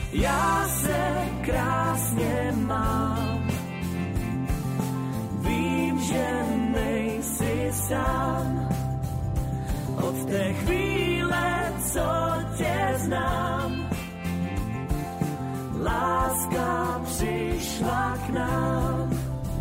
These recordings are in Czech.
Já se krásně mám. Vím, že nejsi sám. Od té chvíle, co tě znám, láska přišla k nám.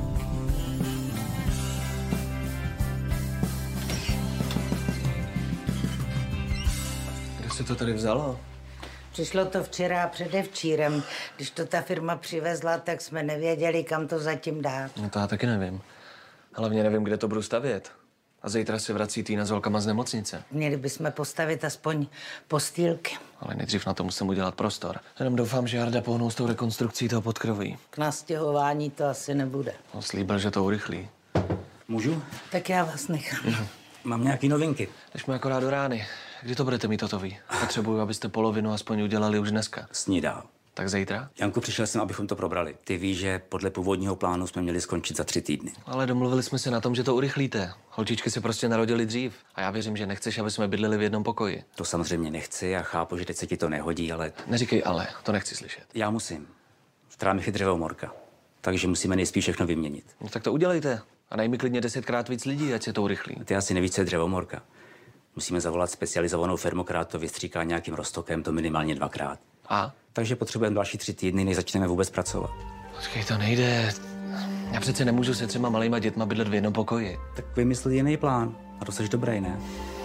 Kde se to tady vzalo? Přišlo to včera a předevčírem. Když to ta firma přivezla, tak jsme nevěděli, kam to zatím dát. No to já taky nevím. Hlavně nevím, kde to budu stavět. A zítra se vrací Týna s holkama z nemocnice. Měli bychom postavit aspoň postýlky. Ale nejdřív na to musím udělat prostor. Jenom doufám, že Jarda pohnou s tou rekonstrukcí toho podkroví. K nastěhování to asi nebude. On slíbil, že to urychlí. Můžu? Tak já vás nechám. Mám nějaký novinky. Jdeš mi akorát do rány. Kdy to budete mít hotový? Potřebuju, abyste polovinu aspoň udělali už dneska. Snídal. Tak zítra? Janku, přišel jsem, abychom to probrali. Ty víš, že podle původního plánu jsme měli skončit za 3 týdny. Ale domluvili jsme se na tom, že to urychlíte. Holčičky se prostě narodily dřív. A já věřím, že nechceš, aby jsme bydleli v jednom pokoji. To samozřejmě nechci a chápu, že teď se ti to nehodí, ale... Neříkej ale, to nechci slyšet. Já musím. V trámech je dřevomorka. Takže musíme nejspíš všechno vyměnit. No tak to udělejte. A najmi klidně 10krát víc lidí, ať se to urychlí. Ty asi nevíš, co je dřevomorka. Musíme zavolat specializovanou firmu, která to vystříká nějakým roztokem, to minimálně 2krát. A? Takže potřebujeme další 3 týdny, než začneme vůbec pracovat. Počkej, to nejde. Já přece nemůžu se 3 malýma dětma bydlet v jednom pokoji. Tak vymysli jiný plán. A to jsi dobrý, ne?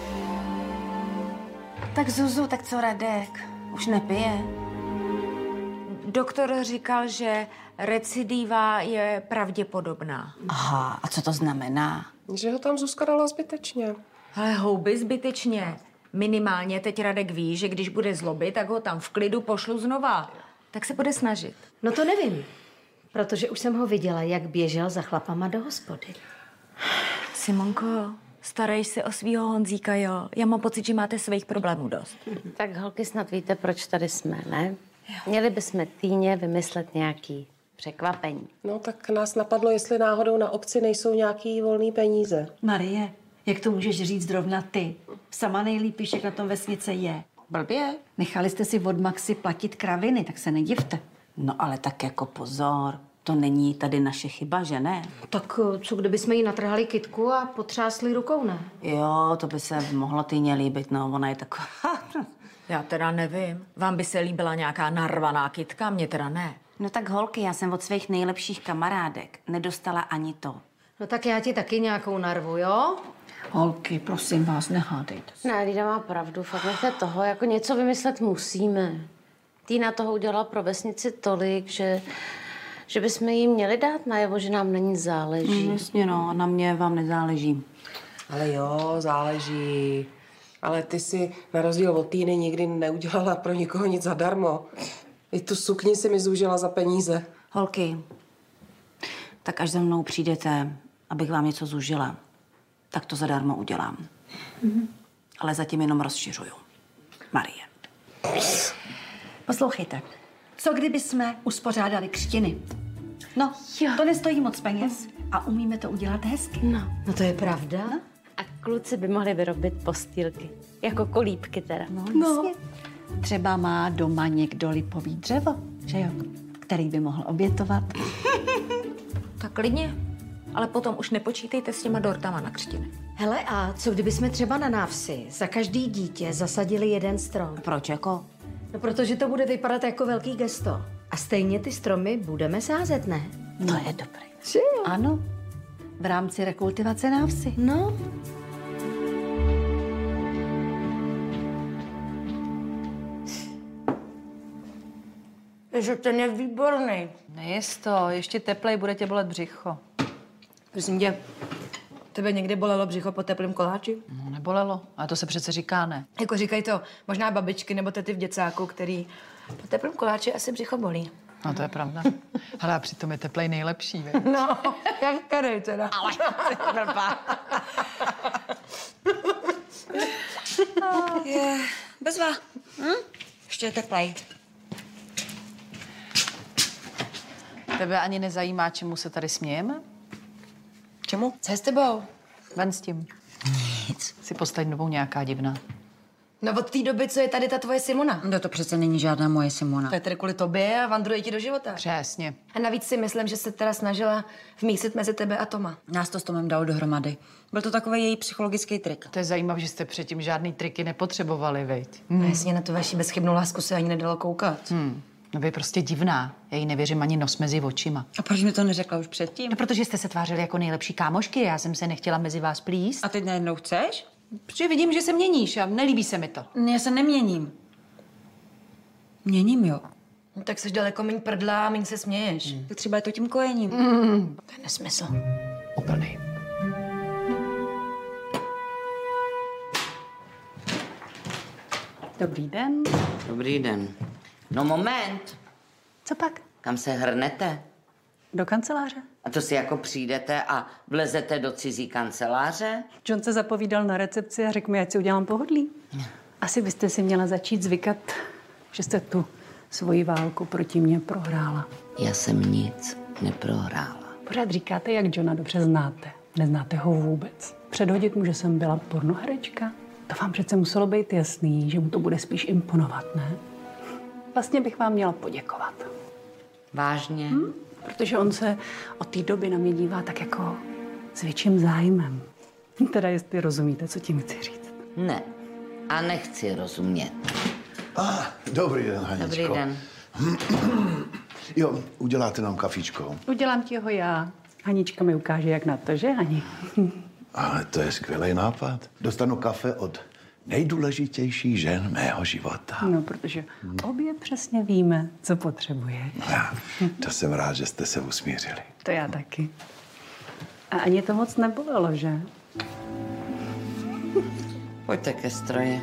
Tak Zuzu, tak co Radek? Už nepije? Doktor říkal, že recidiva je pravděpodobná. Aha, a co to znamená? Že ho tam Zuzka dala zbytečně. Ale houby zbytečně. Minimálně teď Radek ví, že když bude zlobit, tak ho tam v klidu pošlu znova. Tak se bude snažit. No to nevím, protože už jsem ho viděla, jak běžel za chlapama do hospody. Simonko, starej se o svýho Honzíka, jo? Já mám pocit, že máte svých problémů dost. Tak holky, snad víte, proč tady jsme, ne? Měli bychom Týně vymyslet nějaký překvapení. No tak nás napadlo, jestli náhodou na obci nejsou nějaký volný peníze. Marie, jak to můžeš říct zrovna ty? Sama nejlíp víš, jak na tom vesnice je. Blbě. Nechali jste si od Maxi platit kraviny, tak se nedivte. No ale tak jako pozor, to není tady naše chyba, že ne? Tak co kdybychom jí natrhali kytku a potřásli rukou, ne? Jo, to by se mohlo Týně líbit, no ona je taková... Já teda nevím. Vám by se líbila nějaká narvaná kytka, mně teda ne. No tak holky, já jsem od svých nejlepších kamarádek nedostala ani to. No tak já ti taky nějakou narvu, jo? Holky, prosím vás, nehádejte se. Ne, Lída má pravdu, fakt nechte toho, jako něco vymyslet musíme. Týna toho udělala pro vesnici tolik, že bychom jí měli dát najevo, že nám na ní záleží. Jasně no, na mě vám nezáleží. Ale jo, záleží. Ale ty si na rozdíl od Týny nikdy neudělala pro nikoho nic zadarmo. I tu sukni si mi zúžila za peníze. Holky, tak až za mnou přijdete, abych vám něco zužila, tak to zadarmo udělám. Ale zatím jenom rozšiřuju. Marie. Poslouchejte, co kdyby jsme uspořádali křtiny? No, to nestojí moc peněz a umíme to udělat hezky. No to je pravda. No. A kluci by mohli vyrobit postýlky. Jako kolíbky teda. No. Třeba má doma někdo lipový dřevo, že jo? Který by mohl obětovat. Tak klidně. Ale potom už nepočítejte s těma dortama na křtiny. Hele, a co kdybychom třeba na návsi za každý dítě zasadili jeden strom? Proč jako? No protože to bude vypadat jako velký gesto. A stejně ty stromy budeme sázet, ne? To je dobré. Ano, v rámci rekultivace návsi. No. Že ten je výborný. Nejist to, ještě teplej, bude tě bolet břicho. Prosím tě, tebe někdy bolelo břicho po teplém koláči? No, nebolelo, ale to se přece říká, ne? Jako říkají to možná babičky nebo tety v děcáku, který po teplém koláči asi břicho bolí. No, to je pravda. Ale a přitom je teplej nejlepší, ve? No, jak který teda. Ale ty blbá. Je, bezva. Ještě je teplej. Tebe ani nezajímá, čemu se tady smějeme? Čemu? Co je s tebou? Ven s tím. Nic. Si postaň novou nějaká divná. No od té doby, co je tady ta tvoje Simona. No to přece není žádná moje Simona. To je tedy kvůli tobě a vandruje ti do života. Přesně. A navíc si myslím, že se teda snažila vmísit mezi tebe a Toma. Nás to s Tomem dalo dohromady. Byl to takový její psychologický trik. To je zajímavé, že jste předtím žádný triky nepotřebovali, viď? A jasně na tu vaši bezchybnou lásku se ani nedalo koukat. No vy je prostě divná. Já jí nevěřím ani nos mezi očima. A proč mi to neřekla už předtím? No, protože jste se tvářili jako nejlepší kámošky. Já jsem se nechtěla mezi vás plíst. A teď najednou chceš? Protože vidím, že se měníš a nelíbí se mi to. Já se neměním. Měním, jo. No, tak jsi daleko méně prdla a méně se směješ. Tak třeba je to tím kojením. To je nesmysl. Úplný. Dobrý den. Dobrý den. No moment. Co pak? Kam se hrnete? Do kanceláře. A to si jako přijdete a vlezete do cizí kanceláře? John se zapovídal na recepci a řekl mi, ať si udělám pohodlí. Asi byste si měla začít zvykat, že jste tu svoji válku proti mně prohrála. Já jsem nic neprohrála. Pořád říkáte, jak Johna dobře znáte. Neznáte ho vůbec. Předhodit mu, že jsem byla pornoherečka? To vám přece muselo být jasný, že mu to bude spíš imponovat, ne? Vlastně bych vám měla poděkovat. Vážně? Protože on se od té doby na mě dívá tak jako s větším zájmem. Teda jestli rozumíte, co tím chci říct. Ne. A nechci rozumět. Dobrý den, Haničko. Dobrý den. Jo, uděláte nám kafíčko. Udělám ti ho já. Hanička mi ukáže, jak na to, že, Hani? Ale to je skvělý nápad. Dostanu kafe od nejdůležitější žen mého života. No, protože obě přesně víme, co potřebuje. To jsem rád, že jste se usmířili. To já taky. A ani to moc nebolelo, že? Pojďte ke stroji.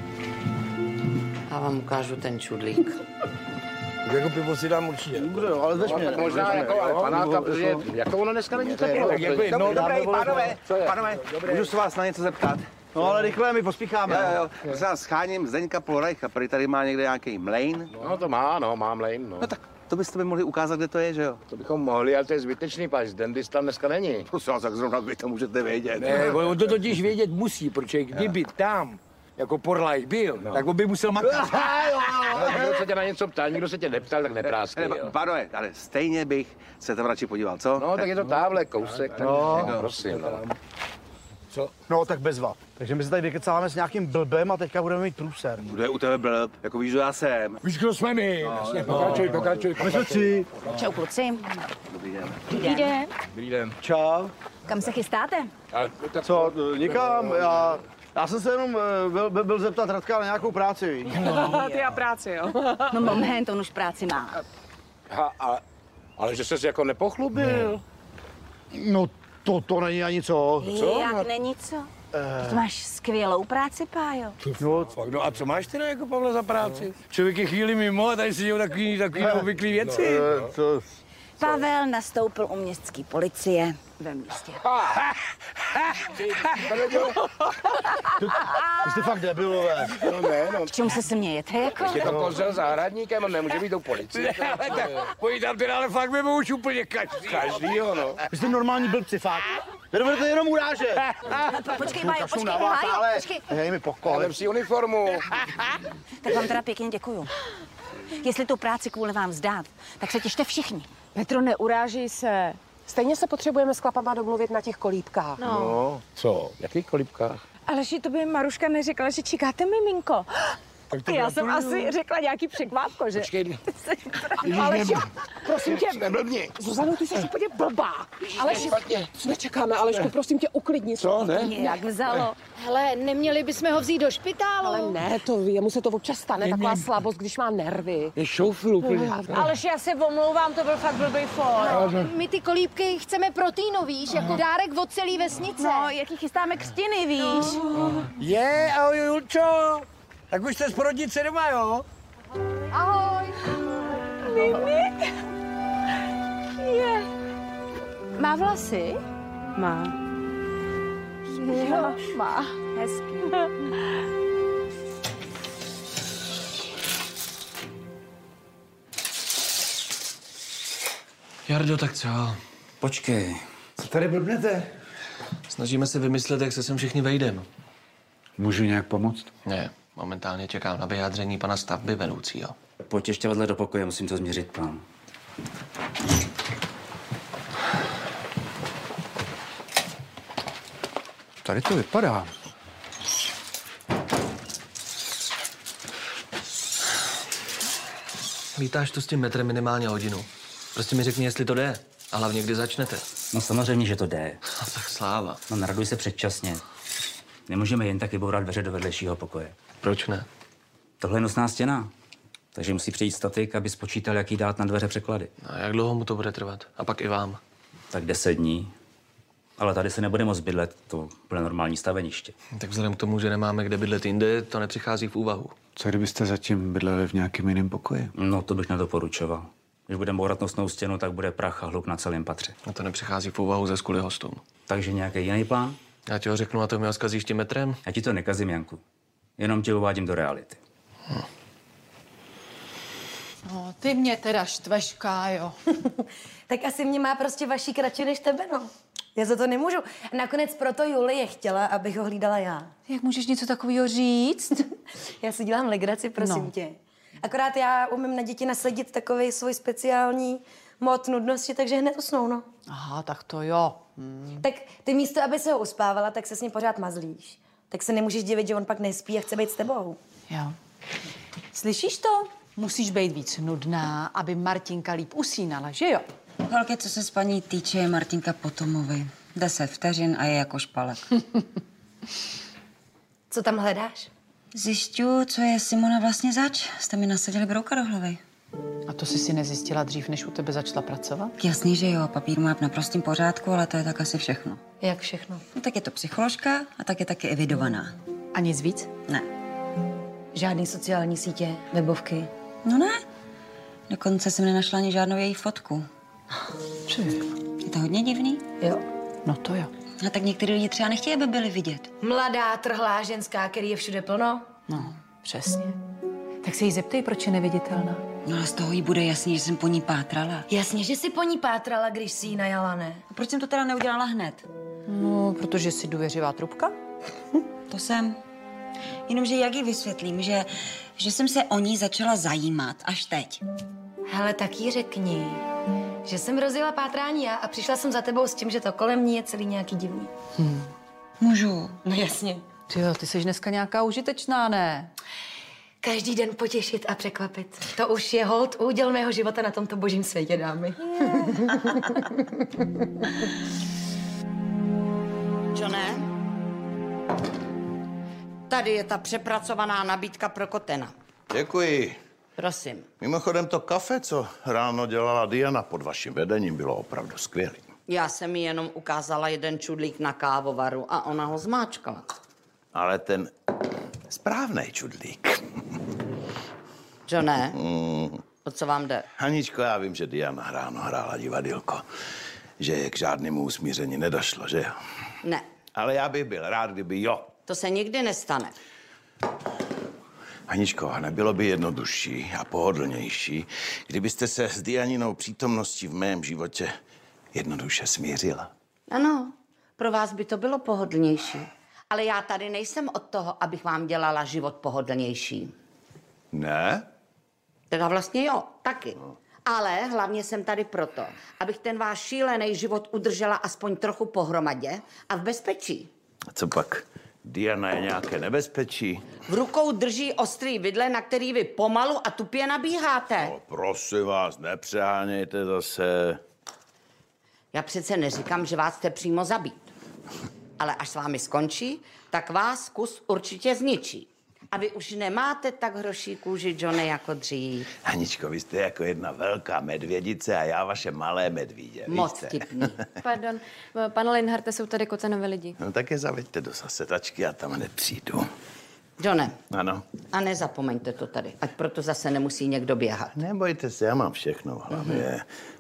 Já vám ukážu ten čudlík. Jako pivo si dám určitě. Dobře, ale vezmi mě. Tak možná jako panáka, protože jak to ono dneska není teplo. No, dobrý, pánové, můžu se vás na něco zeptat? No ale rychle, my pospícháme. Jo. Prosím vás, scháním Zdeňka Polrajcha, prý tady má někde nějaký mlejn. No to má, má mlejn, no. No tak to byste mi mohli ukázat, kde to je, že jo? To bychom mohli, ale to je zbytečný, páč, Zdendis tam dneska není. Prosím vás, tak zrovna vy to můžete vědět. Ne, on to totiž vědět musí, protože kdyby tam jako Porlajch byl, tak on by musel makat. Někdo se tě na něco ptal, nikdo se tě neptal, tak nepráskej, jo. Pánové, ale stejně bych se tam radši podíval, co? No, tak je to táhle kousek, tak prosím, no. Co? No, tak bezva. Takže my se tady vykecáváme s nějakým blbem a teďka budeme mít průser. Kdo je u tebe blb? Jako víš, kdo já jsem? Víš, kdo jsme my? Jasně, pokračuj. My jsme tři. Čau, kluci. Dobrý den. Dobrý den. Dobrý den. Čau. Kam se chystáte? Co, nikam? Já jsem se jenom byl zeptat Radka na nějakou práci. Ty a práci, jo? No moment, on už práci má. Ale že ses jako nepochlubil? No, to není ani co. Co? Jak není co? To máš skvělou práci, Pájo. No a co máš teda jako, Pavle, za práci? Člověk je chvíli mimo a tady si dělal takový neobvyklý věci. Pavel nastoupil u městské policie ve městě. Vy jste fakt debilové. No ne, no. K čemu se smějete, jako? Je to kozel zahradníkem, on nemůže být u policie. Pojď tam teda, ale fakt by už úplně každýho, no. Vy jste normální blbci, fakt. Vy budete jenom urážet. Počkej, Pájo, počkej. Hej mi pokoj. Dám si uniformu. Tak vám teda pěkně děkuju. Jestli tu práci kvůli vám vzdát, tak se těšte všichni. Petro, neurážej se. Stejně se potřebujeme s chlapama domluvit na těch kolíbkách. No. Co? Jakých kolíbkách? Aleši, to by Maruška neřekla, že čekáte miminko. Já jsem asi řekla nějaký překvápko, že? Počkej. Aleši, prosím tě. Neblbni. Zuzano, ty jsi úplně blbá. Aleši, nečekáme, Alešku, prosím tě, uklidni. Co, ne? Jak vzalo? Hele, neměli bychom ho vzít do špitálu? Ale ne, jemu se to občas stane, taková slabost, když má nervy. Je šoufil úplně. Aleši, já se omlouvám, to byl fakt blbý for. My ty kolíbky chceme pro Týnu, víš, jako dárek od celé vesnice. No, jaký chystáme křtiny, víš? Je, ahoj, Julčo. Tak už jste z porodnice doma, jo? Ahoj. Mimi? Je. Má vlasy? Má. Jo, má. Hezký. Jardo, tak co? Počkej. Co tady blbnete? Snažíme se vymyslet, jak se sem všichni vejdeme. Můžu nějak pomoct? Ne. Momentálně čekám na vyjádření pana stavby vedoucího. Pojď ještě vedle do pokoje, musím to změřit plán. Tady to vypadá. Lítáš tu s tím metrem minimálně hodinu. Prostě mi řekni, jestli to jde. A hlavně, kdy začnete. No samozřejmě, že to jde. Tak sláva. No naraduj se předčasně. Nemůžeme jen tak vybourat dveře do vedlejšího pokoje. Proč ne? Tohle je nosná stěna. Takže musí přijít statik, aby spočítal, jaký dát na dveře překlady. A jak dlouho mu to bude trvat? A pak i vám? Tak 10 dní. Ale tady se nebude moc bydlet, to bude normální staveniště. Tak vzhledem k tomu, že nemáme kde bydlet jinde, to nepřichází v úvahu. Co kdybyste zatím bydleli v nějakém jiném pokoji? No, to bych nedoporučoval. Když budeme bourat nosnou stěnu, tak bude prach a hluk na celém patře. A to nepřichází v úvahu ze kvůli hostům. Takže nějaký jiný plán? Já ti ho řeknu a to mi ho zkazíš tím metrem? Já ti to nekazím, Janku. Jenom tě uvádím do reality. No, ty mě teda štveš, Kájo. Tak asi mě má prostě vaší kratší než tebe, no. Já za to nemůžu. Nakonec proto Julie chtěla, abych ho hlídala já. Jak můžeš něco takového říct? Já si dělám legraci, prosím tě. Akorát já umím na děti nasadit takový svůj speciální mod nudnosti, takže hned usnou, no. Aha, tak to jo. Tak ty místo, aby se ho uspávala, tak se s ním pořád mazlíš. Tak se nemůžeš divit, že on pak nespí a chce být s tebou. Jo. Slyšíš to? Musíš být víc nudná, aby Martinka líp usínala, že jo? Holky, co se s paní týče, je Martinka Potomovi. 10 vteřin a je jako špalek. Co tam hledáš? Zjišťuju, co je Simona vlastně zač. Jste mi nasadili brouka do hlavy. A to jsi si nezjistila dřív, než u tebe začala pracovat? Jasný, že jo. Papír má v naprostém pořádku, ale to je tak asi všechno. Jak všechno? No tak je to psycholožka a tak je taky evidovaná. A nic víc? Ne. Žádný sociální sítě, webovky? No ne. Dokonce jsem nenašla ani žádnou její fotku. Je to hodně divný? Jo. No to jo. A tak některý lidi třeba nechtějí, aby byli vidět. Mladá, trhlá ženská, který je všude plno? No, přesně. Tak se jí zeptej, proč je neviditelná. No ale z toho jí bude jasný, že jsem po ní pátrala. Jasně, že jsi po ní pátrala, když jsi ji najala, ne? A proč jsem to teda neudělala hned? No, protože jsi důvěřivá trubka. To jsem. Jenomže jak jí vysvětlím, že jsem se o ní začala zajímat až teď. Hele, tak jí řekni, že jsem rozjela pátrání já a přišla jsem za tebou s tím, že to kolem ní je celý nějaký divný. Můžu? No jasně. Tyjo, ty jsi dneska nějaká užitečná, ne? Každý den potěšit a překvapit. To už je holt úděl mého života na tomto božím světě, dámy. Johne? Tady je ta přepracovaná nabídka pro Kotena. Děkuji. Prosím. Mimochodem to kafe, co ráno dělala Diana pod vaším vedením, bylo opravdu skvělé. Já jsem jí jenom ukázala jeden čudlík na kávovaru a ona ho zmáčkala. Ale ten správnej čudlík. Johne, o co vám jde? Haničko, já vím, že Diana ráno hrála divadýlko, že k žádnému usmíření nedošlo, že jo? Ne. Ale já bych byl rád, kdyby jo. To se nikdy nestane. Haničko, nebylo by jednodušší a pohodlnější, kdybyste se s Dianinou přítomností v mém životě jednoduše smířila? Ano, pro vás by to bylo pohodlnější. Ale já tady nejsem od toho, abych vám dělala život pohodlnější. Ne? Teda vlastně jo, taky. Ale hlavně jsem tady proto, abych ten váš šílený život udržela aspoň trochu pohromadě a v bezpečí. A co pak? Diana je nějaké nebezpečí? V rukou drží ostrý vidle, na který vy pomalu a tupě nabíháte. No, prosím vás, nepřehánějte zase. Já přece neříkám, že vás chce přímo zabít. Ale až s vámi skončí, tak vás kus určitě zničí. A vy už nemáte tak hroší kůži, Johnny, jako dřív. Haničko, vy jste jako jedna velká medvědice a já vaše malé medvídě. Moc vtipný. Pardon, pane Linharte, jsou tady Kotenové lidi. No tak je zaveďte do zasetačky a tam hned přijdu. Johnny. Ano. A nezapomeňte to tady, ať proto zase nemusí někdo běhat. Nebojte se, já mám všechno v hlavě.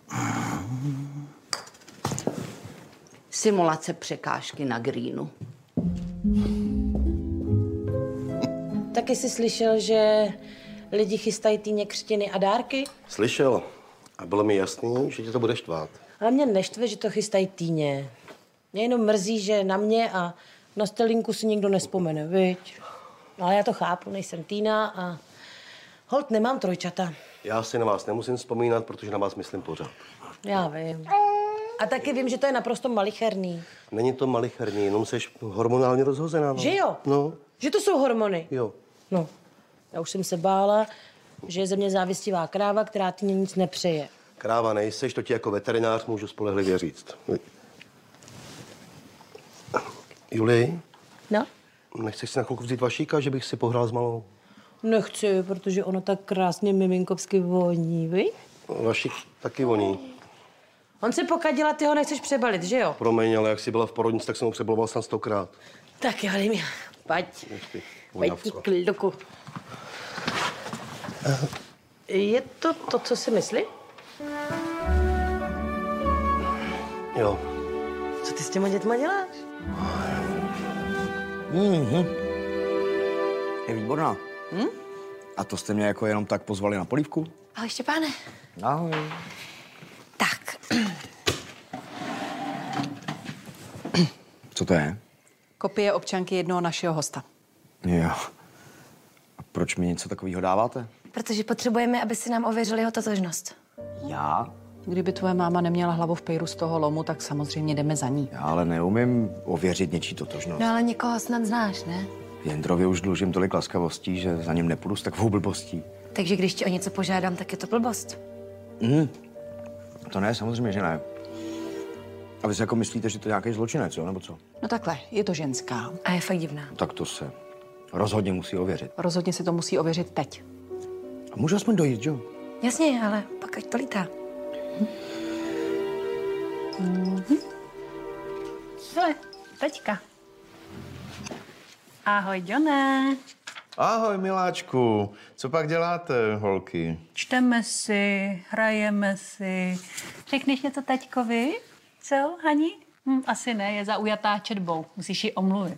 Simulace překážky na greenu. Taky jsi slyšel, že lidi chystají týně křtiny a dárky? Slyšel. A bylo mi jasný, že tě to bude štvát. Ale mě neštve, že to chystají týně. Mě jenom mrzí, že na mě a na Stelinku si nikdo nespomene, viď? Ale já to chápu, nejsem Týna a holt nemám trojčata. Já si na vás nemusím vzpomínat, protože na vás myslím pořád. Já vím. A taky vím, že to je naprosto malicherný. Není to malicherný, jenom seš hormonálně rozhozená. No. Že jo? No. Že to jsou hormony? Jo. No. Já už jsem se bála, že je ze mě závistivá kráva, která Týně nic nepřeje. Kráva nejseš, to ti jako veterinář můžu spolehlivě říct. Julii? No? Nechceš si na chvilku vzít Vašíka, že bych si pohrál s malou? Nechci, protože ono tak krásně miminkovsky voní, víš? Vašík taky voní. On se pokadila, ty ho nechceš přebalit, že jo? Promiň, ale jak jsi byla v porodnici, tak jsem ho přebaloval sám 100krát. Tak jo, dej mi. Pojď. Pojď, kliduku. Je to to, co si myslí? Jo. Co ty s těma dětma děláš? Je výborná. A to jste mě jako jenom tak pozvali na polívku? Ahoj, Štěpáne. Ahoj. Tak. Co to je? Kopie občanky jednoho našeho hosta. Jo. A proč mi něco takového dáváte? Protože potřebujeme, aby si nám ověřili jeho totožnost. Já? Kdyby tvoje máma neměla hlavu v pejru z toho lomu, tak samozřejmě jdeme za ní. Já ale neumím ověřit něčí totožnost. No ale někoho snad znáš, ne? Jendrovi už dlužím tolik laskavostí, že za ním nepůjdu s takovou blbostí. Takže když ti o něco požádám, tak je to blbost. To ne, samozřejmě, že ne. A vy si jako myslíte, že to je nějaký zločinec, jo, nebo co? No takhle, je to ženská. A je fakt divná. Tak to se rozhodně musí ověřit. Rozhodně si to musí ověřit teď. A můžu aspoň dojít, jo? Jasně, ale pak ať to lítá. Hele, teďka. Ahoj, Johne. Ahoj, miláčku. Co pak děláte, holky? Čteme si, hrajeme si. Řekneš něco taťkovi? Co, Hani? Asi ne, je zaujatá četbou. Musíš ji omluvit.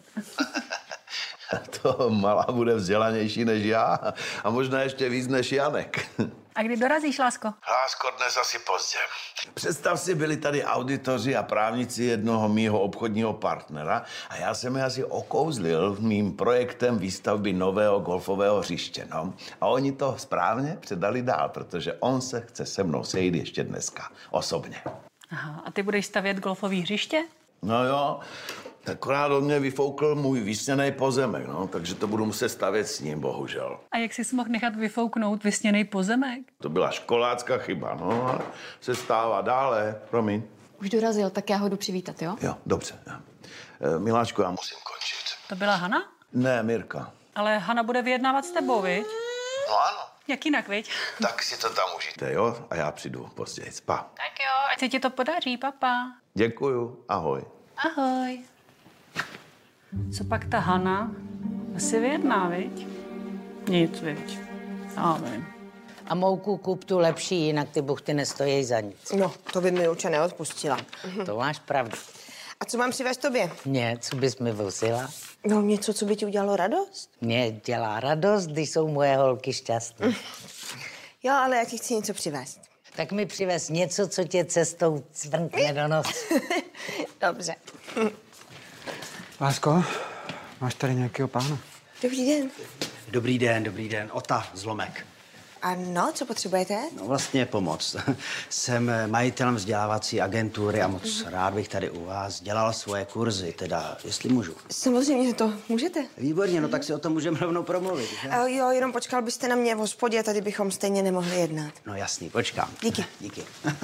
To malá bude vzdělanější než já a možná ještě víc než Janek. A kdy dorazíš, lásko? Lásko, dnes asi pozdě. Představ si, byli tady auditoři a právníci jednoho mýho obchodního partnera a já jsem je asi okouzlil mým projektem výstavby nového golfového hřiště, no. A oni to správně předali dál, protože on se chce se mnou sejít ještě dneska, osobně. Aha, a ty budeš stavět golfový hřiště? No jo, akorát od mě vyfoukl můj vysněný pozemek, no, takže to budu muset stavět s ním, bohužel. A jak jsi mohl nechat vyfouknout vysněný pozemek? To byla školácká chyba, no, ale se stává dále, promiň. Už dorazil, tak já ho jdu přivítat, jo? Jo, dobře. Miláčku, já musím končit. To byla Hana? Ne, Mirka. Ale Hana bude vyjednávat s tebou, viď? No ano. Jak jinak, viď? Tak si to tam užijte, jo? A já přijdu později. Pa. Tak jo, ať se ti to podaří, papa. Děkuju, ahoj. Ahoj. Co pak ta Hana? Asi vyjedná, viď? Nic, viď? Já vím. A mouku kup tu lepší, jinak ty buchty nestojí za nic. No, to by mi určitě neodpustila. To máš pravdu. A co mám přivést tobě? Ne, co bys mi vozila? No, něco, co by ti udělalo radost? Mně dělá radost, když jsou moje holky šťastné. Jo, ale já ti chci něco přivést. Tak mi přivez něco, co tě cestou cvrnkne do nos. Dobře. Lásko, máš tady nějakého pána? Dobrý den. Dobrý den. Ota, Zlomek. Ano, co potřebujete? No vlastně pomoc. Jsem majitelem vzdělávací agentury a moc rád bych tady u vás dělal svoje kurzy, teda jestli můžu. Samozřejmě, to můžete. Výborně, no tak si o tom můžeme rovnou promluvit. Že? Jo, jenom počkal byste na mě v hospodě, tady bychom stejně nemohli jednat. No jasný, počkám. Díky.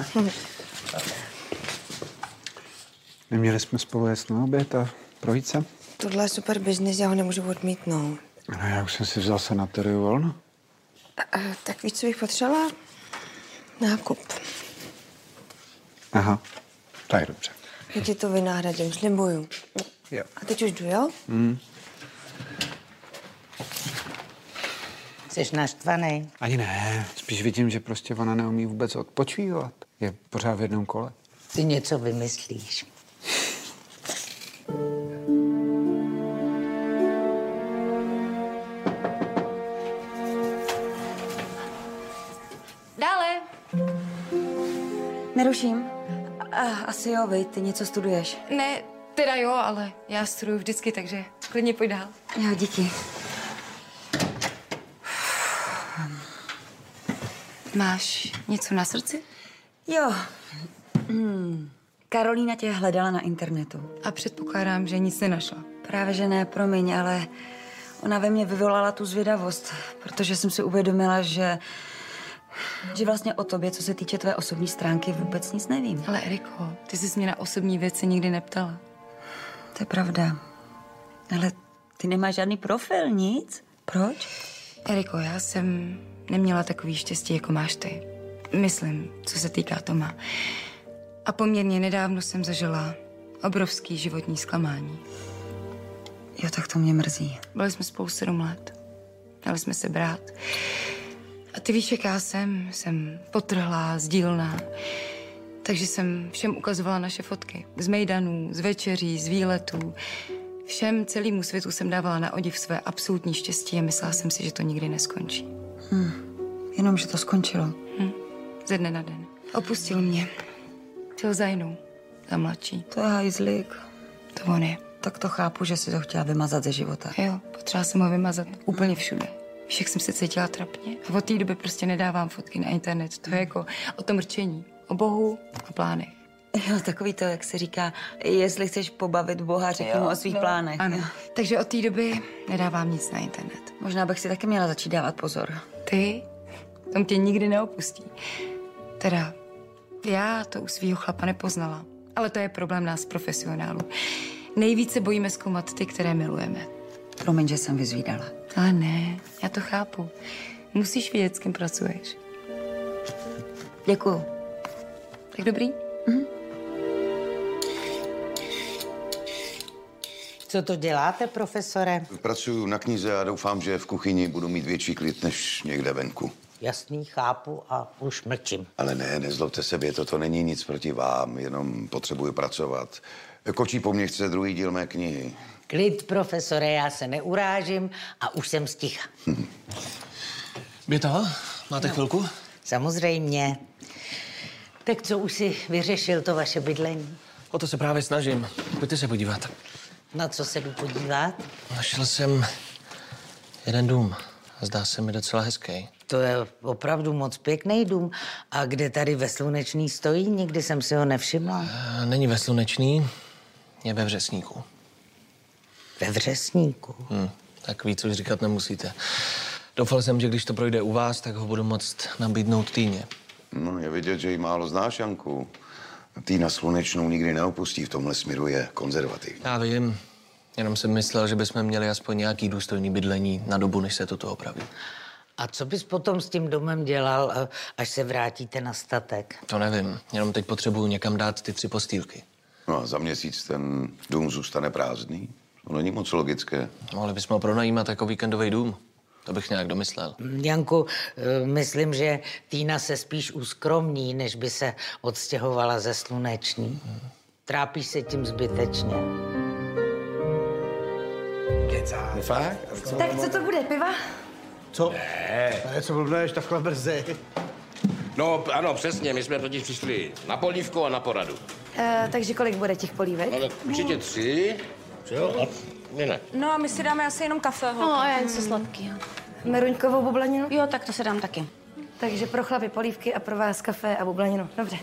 Neměli jsme spolu jet na oběd a projít se? Tohle je super business, já ho nemůžu odmítnout. No já už jsem si vzal sanatoriu volno. Tak víš, co bych potřebovala? Nákup. Aha, to je dobře. Já ti to vynahradím, slibuju. Jo. A teď už jdu, jo? Jsi naštvaný? Ani ne, spíš vidím, že prostě ona neumí vůbec odpočívat. Je pořád v jednom kole. Ty něco vymyslíš. Dále. Neruším. Asi jo, vej, ty něco studuješ. Ne, teda jo, ale já studuju vždycky, takže klidně pojď dál. Jo, díky. Máš něco na srdci? Jo. Karolína tě hledala na internetu. A předpokládám, že nic nenašla. Právě že ne, promiň, ale ona ve mně vyvolala tu zvědavost, protože jsem si uvědomila, že vlastně o tobě, co se týče tvé osobní stránky, vůbec nic nevím. Ale Eriko, ty jsi mě na osobní věci nikdy neptala. To je pravda. Ale ty nemáš žádný profil, nic? Proč? Eriko, já jsem neměla takový štěstí, jako máš ty. Myslím, co se týká Toma. A poměrně nedávno jsem zažila obrovský životní zklamání. Jo, tak to mě mrzí. Byli jsme spolu 7 let. Dali jsme se brát. A ty víš, jaká jsem potrhlá, sdílná. Takže jsem všem ukazovala naše fotky. Z mejdanů, z večeří, z výletů. Všem, celému světu jsem dávala na odiv své absolutní štěstí a myslela jsem si, že to nikdy neskončí. Jenom, že to skončilo. Ze dne na den. Opustil mě. Šel za jinou. Za mladší. To je hajzlík. To on je. Tak to chápu, že si to chtěla vymazat ze života. Jo, potřeba jsem ho vymazat úplně všude. Víš, jak jsem se cítila trapně. A od té doby prostě nedávám fotky na internet. To je jako o tom rčení. O Bohu a plánech. Jo, takový to, jak se říká, jestli chceš pobavit Boha, řekni mu o svých plánech. Ano. Takže od té doby nedávám nic na internet. Možná bych si taky měla začít dávat pozor. Ty? Tom tě nikdy neopustí. Teda, já to u svýho chlapa nepoznala. Ale to je problém nás profesionálů. Nejvíce bojíme zkoumat ty, které milujeme. Promiň, že jsem vyzvídala. Ale ne, já to chápu. Musíš vědět, s kým pracuješ. Děkuju. Tak dobrý? Co to děláte, profesore? Pracuju na knize a doufám, že v kuchyni budu mít větší klid než někde venku. Jasný, chápu a už mlčím. Ale ne, nezlobte se, Běto, to není nic proti vám, jenom potřebuji pracovat. Kočí po mně chce druhý díl mé knihy. Klid, profesore, já se neurážím a už jsem sticha. Běto, máte chvilku? Samozřejmě. Tak co, už si vyřešil to vaše bydlení? O to se právě snažím. Pojďte se podívat. Na co se jdu podívat? Našel jsem jeden dům. Zdá se mi docela hezký. To je opravdu moc pěkný dům. A kde tady ve Slunečný stojí? Nikdy jsem si ho nevšimla. Není ve Slunečný, je ve Vřesníku. Ve Vřesníku? Tak víc už říkat nemusíte. Doufal jsem, že když to projde u vás, tak ho budu moct nabídnout Týně. No, je vidět, že jí málo znáš, Janku. Týna Slunečnou nikdy neopustí, v tomhle směru je konzervativní. Já vím, jenom jsem myslel, že bychom měli aspoň nějaký důstojný bydlení na dobu, než se toto opraví. A co bys potom s tím domem dělal, až se vrátíte na statek? To nevím, jenom teď potřebuju někam dát ty 3 postýlky. No a za měsíc ten dům zůstane prázdný? To není moc logické. Mohli bychom ho pronajímat jako víkendový dům. To bych nějak domyslel. Janku, myslím, že Týna se spíš uskromní, než by se odstěhovala ze Slunečný. Trápíš se tím zbytečně. Kecáš. Fakt? Tak co to bude, piva? Co? Ne, co blbneš takhle brzy? No, ano, přesně, my jsme totiž přišli na polívku a na poradu. Takže kolik bude těch polívek? No, tak určitě 3. Jo, a my ne. No a my si dáme asi jenom kafe, No a já něco sladkého. Meruňkovou bublaninu? Jo, tak to se dám taky. Takže pro chlapy polívky a pro vás kafe a bublaninu. Dobře.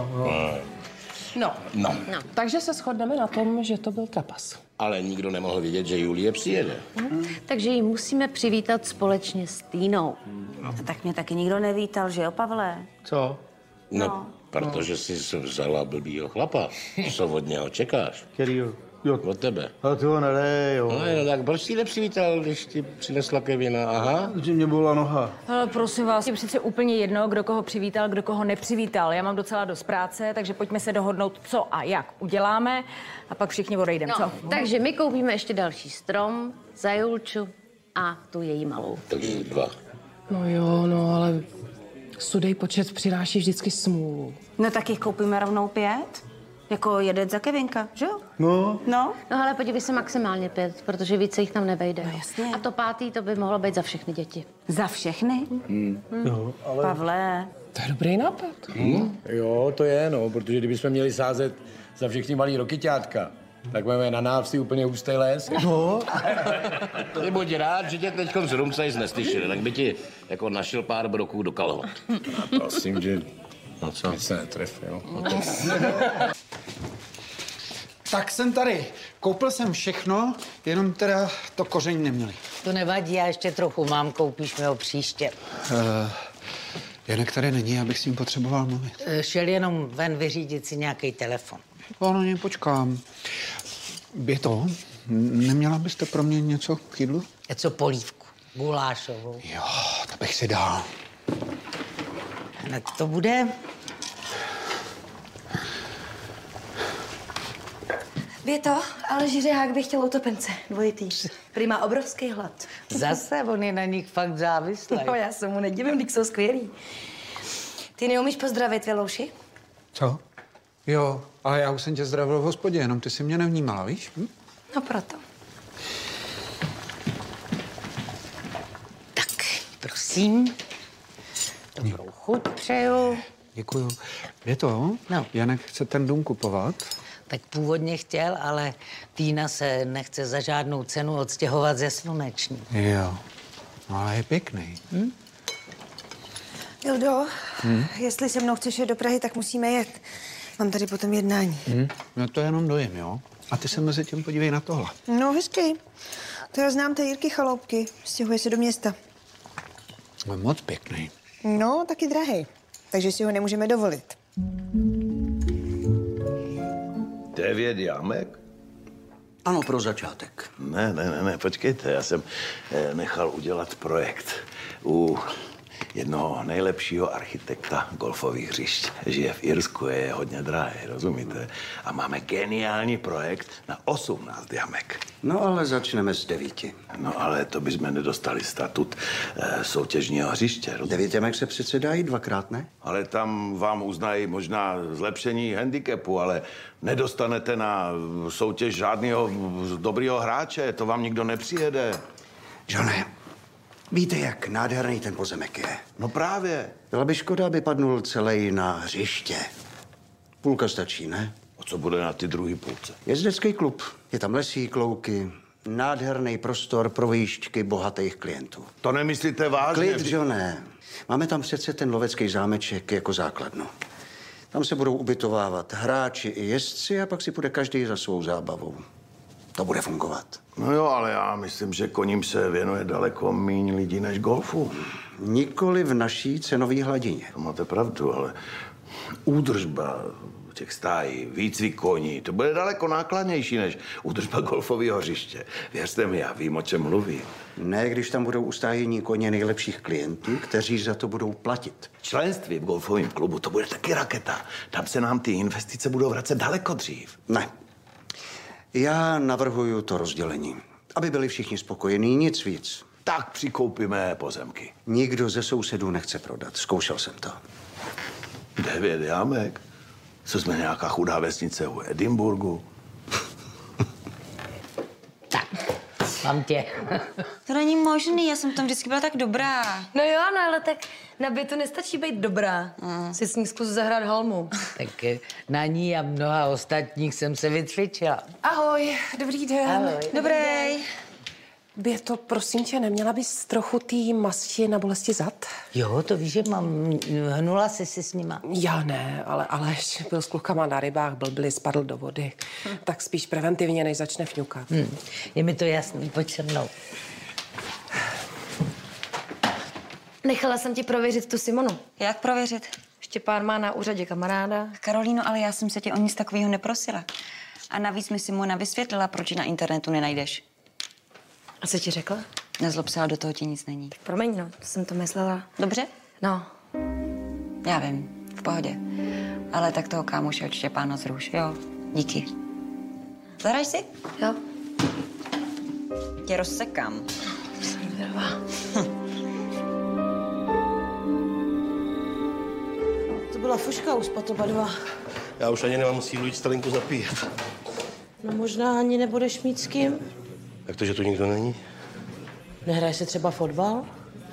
No. Takže se shodneme na tom, že to byl trapas. Ale nikdo nemohl vědět, že Julie přijede. Takže ji musíme přivítat společně s Týnou. Tak mě taky nikdo nevítal, že jo, Pavle? Co? No, protože jsi vzala blbýho chlapa. Co od něho čekáš? Kterýho? Jo. Od tebe. Ale ty ho nedej, jo. No, tak proč jsi nepřivítal, když ti přinesla Kevina, aha? Že mě bola noha. Ale prosím vás, je přece úplně jedno, kdo koho přivítal, kdo koho nepřivítal. Já mám docela dost práce, takže pojďme se dohodnout, co a jak uděláme a pak všichni odejdeme, co? Takže my koupíme ještě další strom za Julču a tu její malou. Takže 2. No jo, no ale sudej počet přináší vždycky smůlu. No tak jich koupíme rovnou 5. Jako jeden za Kevinka, že jo? No. No. No ale podívej se maximálně 5, protože více jich tam nevejde. No jasně. A to 5. to by mohlo být za všechny děti. Za všechny? Jo, ale... Pavle. To je dobrý nápad. Jo, to je, no, protože kdybychom měli sázet za všechny malý rokyťátka, Tak máme na návsi úplně hustý les. No. Ty buď rád, že tě teďkom z Rumcajs neslyšeli, tak by ti jako našel pár broků do kalhot. Prosím, že no co? se netrefil. Tak jsem tady. Koupil jsem všechno, jenom teda to koření neměli. To nevadí, já ještě trochu mám, koupíš mi ho příště. Janek tady není, abych s ním potřeboval mluvit. Šel jenom ven vyřídit si nějaký telefon. No, něj počkám. Běto, neměla byste pro mě něco k jídlu? Něco polívku, gulášovou. Jo, to bych si dal. Hned to bude. Běto, ale Žiřehák by chtěl utopence, dvojitý. Prý má obrovský hlad. Zase, on je na nich fakt závislý. No, já se mu nedivím, když jsou skvělí. Ty neumíš pozdravit, Vělouši? Co? Jo, ale já už jsem tě zdravil v hospodě, jenom ty si mě nevnímala, víš? Hm? No proto. Prosím. Dobrou chuť přeju. Děkuju. Běto, No. Janek chce ten dům kupovat. Tak původně chtěl, ale Týna se nechce za žádnou cenu odstěhovat ze Sluneční. Jo, no, ale je pěkný. Ildo, jestli se mnou chceš jet do Prahy, tak musíme jet. Mám tady potom jednání. No to je jenom dojem, jo? A ty se mezi tím podívej na tohle. No, hezký. To já znám té Jirky Chaloupky. Stěhuje se do města. Je moc pěkný. No, taky drahý. Takže si ho nemůžeme dovolit. 9 jamek? Ano, pro začátek. Ne, počkejte, já jsem nechal udělat projekt u jednoho nejlepšího architekta golfových hřišť. Žije v Irsku, je hodně drahý, rozumíte? A máme geniální projekt na 18 jamek. No, ale začneme s 9. No, ale to bychom nedostali statut soutěžního hřiště. 9 jamek se přece dají dvakrát, ne? Ale tam vám uznají možná zlepšení handicapu, ale nedostanete na soutěž žádného dobrýho hráče, to vám nikdo nepřijede. Johne, víte, jak nádherný ten pozemek je? No právě. Byla by škoda, aby padnul celý na hřiště. Půlka stačí, ne? A co bude na ty druhý půlce? Jezdecký klub. Je tam lesík, louky, nádherný prostor pro výšťky bohatých klientů. To nemyslíte vážně? Klid, Johne. Máme tam přece ten lovecký zámeček jako základnu. Tam se budou ubytovávat hráči i jezdci a pak si půjde každý za svou zábavou. To bude fungovat. No jo, ale já myslím, že koním se věnuje daleko méně lidí než golfu. Nikoli v naší cenové hladině. To máte pravdu, ale údržba těch stájí, výcvik koní, to bude daleko nákladnější než údržba golfového hřiště. Věřte mi, já vím, o čem mluvím. Ne, když tam budou ustájení koně nejlepších klientů, kteří za to budou platit. Členství v golfovém klubu, to bude taky raketa. Tam se nám ty investice budou vracet daleko dřív. Ne. Já navrhuju to rozdělení, aby byli všichni spokojení, nic víc. Tak přikoupíme pozemky. Nikdo ze sousedů nechce prodat, zkoušel jsem to. 9 jamek? Co jsme nějaká chudá vesnice u Edinburgu? Mám tě. To není možný, já jsem tam vždycky byla tak dobrá. No jo, no ale tak na Bětu nestačí být dobrá. Si s ní zkus zahrát halmu. Tak na ní a mnoha ostatních jsem se vycvičila. Ahoj, dobrý den. Ahoj. Dobrý. Běto, prosím tě, neměla bys trochu tý masti na bolesti zad? Jo, to víš, že mám. Hnula jsi si s nima. Já ne, ale Aleš byl s klukama na rybách, blbli, spadl do vody. Tak spíš preventivně, než začne fňukat. Je mi to jasný, pojď se mnou. Nechala jsem ti prověřit tu Simonu. Jak prověřit? Štěpán má na úřadě kamaráda. Karolíno, ale já jsem se tě o nic takového neprosila. A navíc mi Simona vysvětlila, proč ji na internetu nenajdeš. A co ti řekla? Nezlob se, ale do toho ti nic není. Tak promiň, no, jsem to myslela. Dobře? No. Já vím, v pohodě. Ale tak toho kámoše od Štěpána zruš, jo? Díky. Zahraj si? Jo. Tě rozsekám. To byla fuška už po toba 2. Já už ani nemám sílu jít Stalinku zapíjet. No možná ani nebudeš mít s kým. Jak to, že tu nikdo není? Nehraje se třeba fotbal?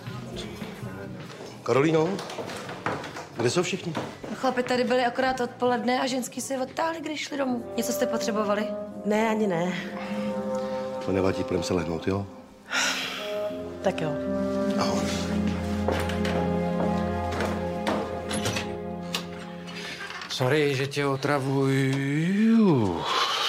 Karolíno, kde jsou všichni? Chlapi tady byli akorát odpoledne a ženský se odtáhli, když šli domů. Něco jste potřebovali? Ne, ani ne. To nevadí, půjdeme se lehnout, jo? Tak jo. Ahoj. Sorry, že tě otravuju.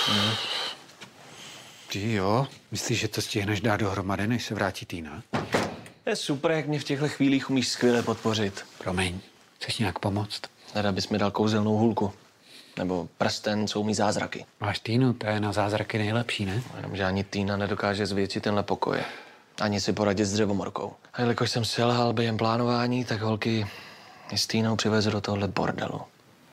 Ty jo? Myslíš, že to stihneš dát dohromady, než se vrátí Týna? Je super, jak mě v těchto chvílích umíš skvěle podpořit. Promiň, chceš nějak pomoct? Nerad bys mi dal kouzelnou hůlku. Nebo prsten, co umí zázraky. Máš Týnu, to je na zázraky nejlepší, ne? Jenomže ani Týna nedokáže zvětšit tenhle pokoj. Ani si poradit s dřevomorkou. A jelikož jsem selhal během plánování, tak holky mě s Týnou přivezl do tohohle bordelu.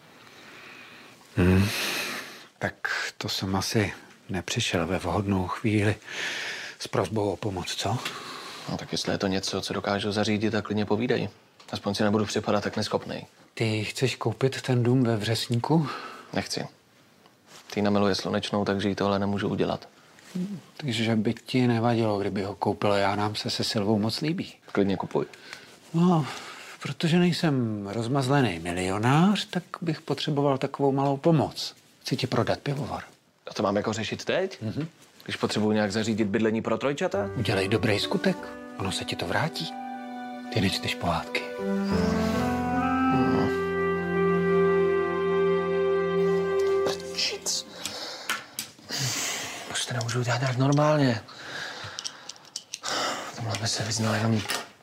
Tak to jsem asi nepřišel ve vhodnou chvíli s prosbou o pomoc, co? No tak jestli je to něco, co dokážu zařídit, tak klidně povídej. Aspoň si nebudu připadat tak neschopnej. Ty chceš koupit ten dům ve Vřesníku? Nechci. Týna miluje Slunečnou, takže jí tohle nemůžu udělat. Takže by ti nevadilo, kdyby ho koupil já, nám se Silvou moc líbí. Klidně kupuj. No, protože nejsem rozmazlený milionář, tak bych potřeboval takovou malou pomoc. Chci ti prodat pivovar. A to mám jako řešit teď? Když potřebuji nějak zařídit bydlení pro trojčata? Udělej dobrý skutek, ono se ti to vrátí. Ty nečteš pohádky. Prčic. Proč to nemůžu udělat nějak normálně? Tohle by se vyznal jenom...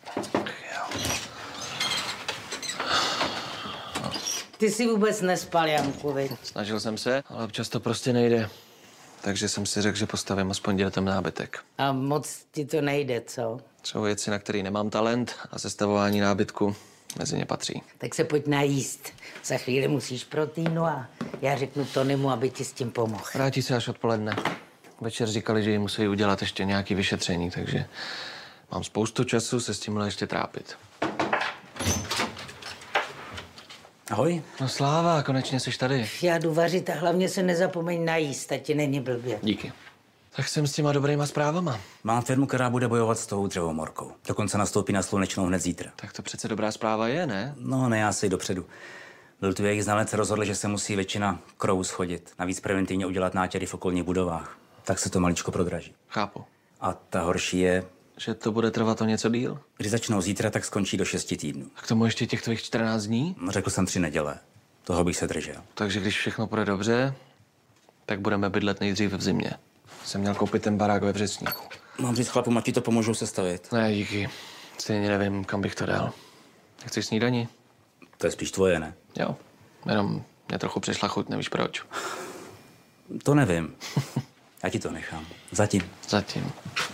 Ty jsi vůbec nespal, Janku, viď? Snažil jsem se, ale občas to prostě nejde. Takže jsem si řekl, že postavím aspoň dětem nábytek. A moc ti to nejde, co? Jsou věci, na které nemám talent a sestavování nábytku mezi ně patří. Tak se pojď najíst. Za chvíli musíš pro Týnu a já řeknu Tonymu, aby ti s tím pomohl. Vrátí se až odpoledne. Večer říkali, že jí musí udělat ještě nějaké vyšetření, takže mám spoustu času se s tímhle ještě trápit. Ahoj. No Sláva, konečně jsi tady. Já jdu vařit a hlavně se nezapomeň najíst, ať ti není blbě. Díky. Tak jsem s těma dobrýma zprávama. Mám firmu, která bude bojovat s tou dřevomorkou. Dokonce nastoupí na Slunečnou hned zítra. Tak to přece dobrá zpráva je, ne? No, ne, já si dopředu. Byl tu jejich znalec, rozhodl, že se musí většina krou schodit. Navíc preventivně udělat nátěry v okolních budovách. Tak se to maličko prodraží. Chápu. A ta horší je... Že to bude trvat o něco díl? Když začnou zítra, tak skončí do 6 týdnů. A k tomu ještě těch tvých 14 dní? Řekl jsem 3 neděle. Toho bych se držel. Takže když všechno půjde dobře, tak budeme bydlet nejdřív v zimě. Jsem měl koupit ten barák ve Vřesníku. Mám říct chlapům, ať ti to pomůžou sestavit. Ne, díky. Stejně nevím, kam bych to dal. Chceš snídani? To je spíš tvoje, ne? Jo. Jenom mě trochu přišla chuť, nevíš proč. To nevím. Já ti to nechám. Zatím. Zatím.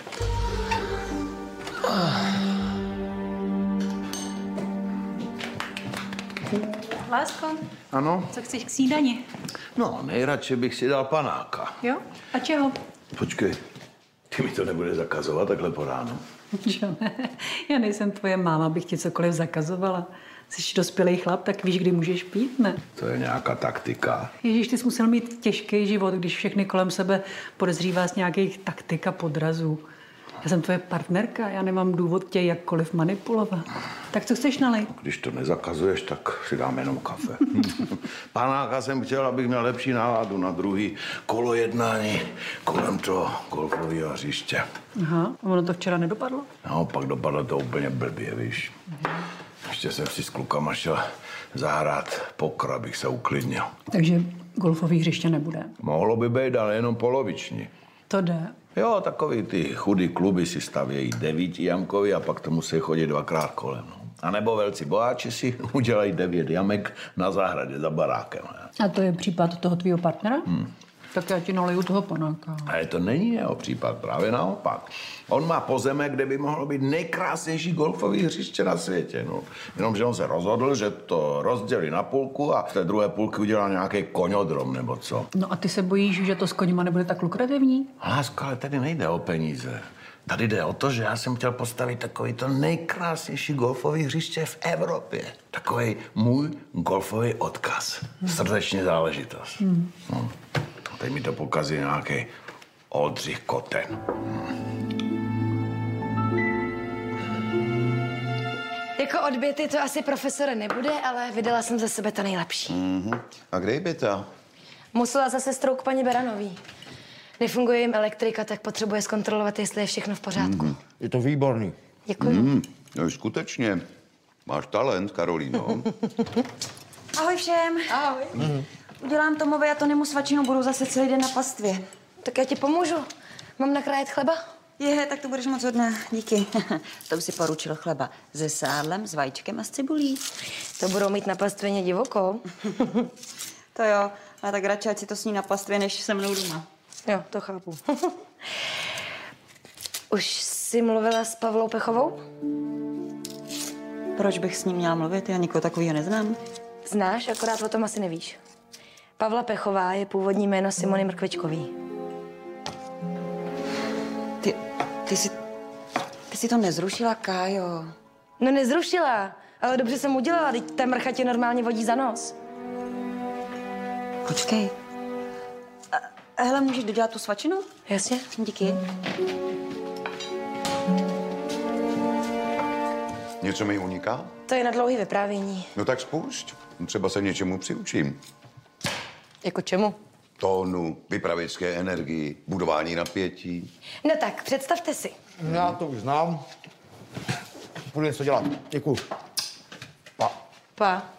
Lásko, Ano? co chceš k snídani? No, nejradši bych si dal panáka. Jo? A čeho? Počkej, ty mi to nebude zakazovat takhle po ránu? Čo ne? Já nejsem tvoje máma, bych ti cokoliv zakazovala. Jsi dospělý chlap, tak víš, kdy můžeš pít, ne? To je nějaká taktika. Ježíš, ty jsi musel mít těžký život, když všechny kolem sebe podezřívá z nějakých taktik a podrazů. Já jsem tvoje partnerka, já nemám důvod tě jakkoliv manipulovat. Tak co chceš nalejt? Když to nezakazuješ, tak si dám jenom kafe. Panáka jsem chtěl, abych měl lepší náladu na druhý kolo jednání kolem toho golfového hřiště. Aha, a ono to včera nedopadlo? Naopak dopadlo to úplně blbě, víš. Ještě jsem si s klukama šel zahrát pokr, abych se uklidnil. Takže golfový hřiště nebude. Mohlo by být, ale jenom poloviční. To jde. Jo, takový ty chudý kluby si stavějí 9 jamkový a pak to musí chodit 2krát kolem. No. A nebo velcí boháči si udělají 9 jamek na zahradě za barákem. A to je případ toho tvýho partnera? Tak já ti naleju toho panáka. Ale to není jeho případ, právě naopak. On má pozemek, kde by mohlo být nejkrásnější golfové hřiště na světě. No. Jenomže on se rozhodl, že to rozdělí na půlku a z té druhé půlky udělá nějaký koňodrom nebo co. No a ty se bojíš, že to s koněma nebude tak lukrativní? Lásko, ale tady nejde o peníze. Tady jde o to, že já jsem chtěl postavit takový to nejkrásnější golfové hřiště v Evropě. Takový můj golfový odkaz. Srdeční záležitost. No. Teď mi to pokazí nějaký Oldřich Koten. Jako odběty to asi profesore nebude, ale vydala jsem ze sebe to nejlepší. A kde je byta? Musela za sestrou k paní Beranový. Nefunguje jim elektrika, tak potřebuje zkontrolovat, jestli je všechno v pořádku. Je to výborný. Děkuji. No, skutečně. Máš talent, Karolíno. Ahoj všem. Ahoj. Udělám Tomovi a Tonymu svačinu, budu zase celý den na pastvě. Tak já ti pomůžu. Mám nakrájet chleba? Tak to budeš moc hodná, díky. To by si poručil chleba se sádlem, s vajíčkem a s cibulí. To budou mít na pastvěně divoko. To jo, ale tak radši, ať si to sní na pastvě, než se mnou doma. Jo, to chápu. Už jsi mluvila s Pavlou Pechovou? Proč bych s ním měla mluvit? Já nikoho takového neznám. Znáš, akorát o tom asi nevíš. Pavla Pechová je původní jméno Simony Mrkvičkový. Ty si to nezrušila, Kájo. No nezrušila, ale dobře jsem udělala, teď ta mrcha tě normálně vodí za nos. Počkej. Hele, můžeš dodělat tu svačinu? Jasně. Díky. Něco mi uniká? To je na dlouhý vyprávění. No tak spust. Třeba se něčemu přiučím. Jako čemu? Tónu, vypravěčské energii, budování napětí. No tak, představte si. Já to už znám. Půjdu něco dělat. Děkuju. Pa.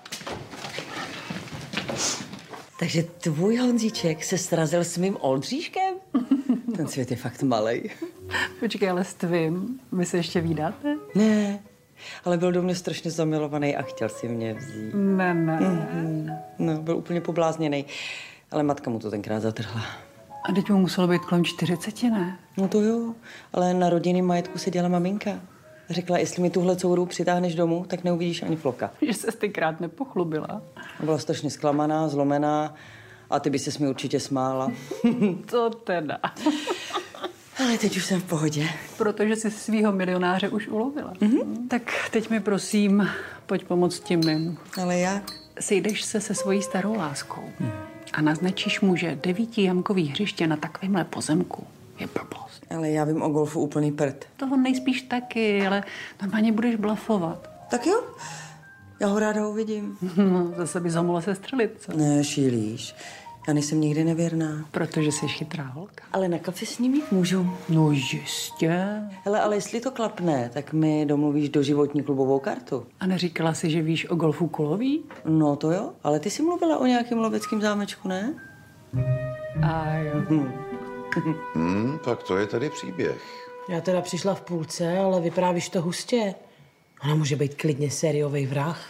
Takže tvůj Honzíček se srazil s mým Oldříškem? Ten svět je fakt malej. Počkej, ale s tvým, vy se ještě vídáte? Ne, ale byl do mě strašně zamilovaný a chtěl si mě vzít. Ne. No, byl úplně poblázněný. Ale matka mu to tenkrát zatrhla. A teď mu muselo být kolem 40, ne? No to jo, ale na rodinném majetku seděla maminka. Řekla, jestli mi tuhle couru přitáhneš domů, tak neuvidíš ani floka. Že se tenkrát nepochlubila. Byla strašně zklamaná, zlomená a ty by ses mi určitě smála. To teda. Ale teď už jsem v pohodě. Protože jsi svýho milionáře už ulovila. Tak teď mi prosím, pojď pomoct tím mým. Ale jak? Sejdeš se se svojí starou láskou a naznačíš mu, že 9jamkový hřiště na takovémhle pozemku je blbost. Ale já vím o golfu úplný prd. Toho nejspíš taky, ale normálně budeš blafovat. Tak jo, já ho ráda uvidím. No, zase bys ho mohla sestřelit, co? Ne, šílíš. Já nejsem nikdy nevěrná. Protože jsi chytrá holka. Ale na kafe s ním jít můžu. No jistě. Hele, ale jestli to klapne, tak mi domluvíš doživotní klubovou kartu. A neříkala jsi, že víš o golfu kulový? No to jo, ale ty jsi mluvila o nějakém loveckém zámečku, ne? A jo. Tak to je tady příběh. Já teda přišla v půlce, ale vyprávíš to hustě. Ona může být klidně sériový vrah.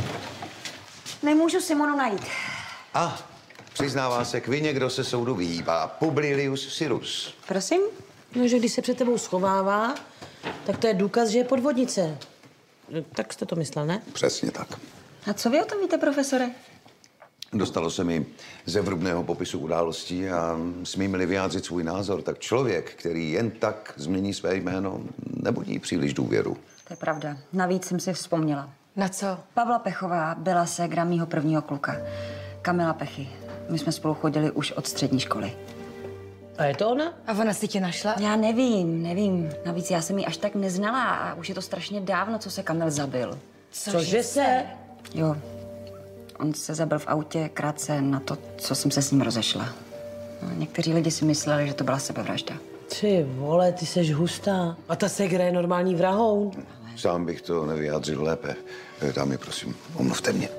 Nemůžu Simonu najít. Přiznává se k vině, kdo se soudu vyhýbá. Publilius Syrus. Prosím? No, že když se před tebou schovává, tak to je důkaz, že je podvodnice. Tak jste to myslel, ne? Přesně tak. A co vy o tom víte, profesore? Dostalo se mi ze vrubného popisu událostí a smím-li vyjádřit svůj názor, tak člověk, který jen tak změní své jméno, nebudí příliš důvěru. To je pravda. Navíc jsem si vzpomněla. Na co? Pavla Pechová byla ségra mýho prvního kluka. Kamila Pechy. My jsme spolu chodili už od střední školy. A je to ona? A ona si tě našla? Já nevím. Navíc já jsem ji až tak neznala a už je to strašně dávno, co se Kamil zabil. Cože se? Jo. On se zabil v autě krátce na to, co jsem se s ním rozešla. No, někteří lidi si mysleli, že to byla sebevražda. Ty vole, ty seš hustá. A ta segra je normální vrahou. Sám bych to nevyjádřil lépe. Dámy, prosím, omluvte mě.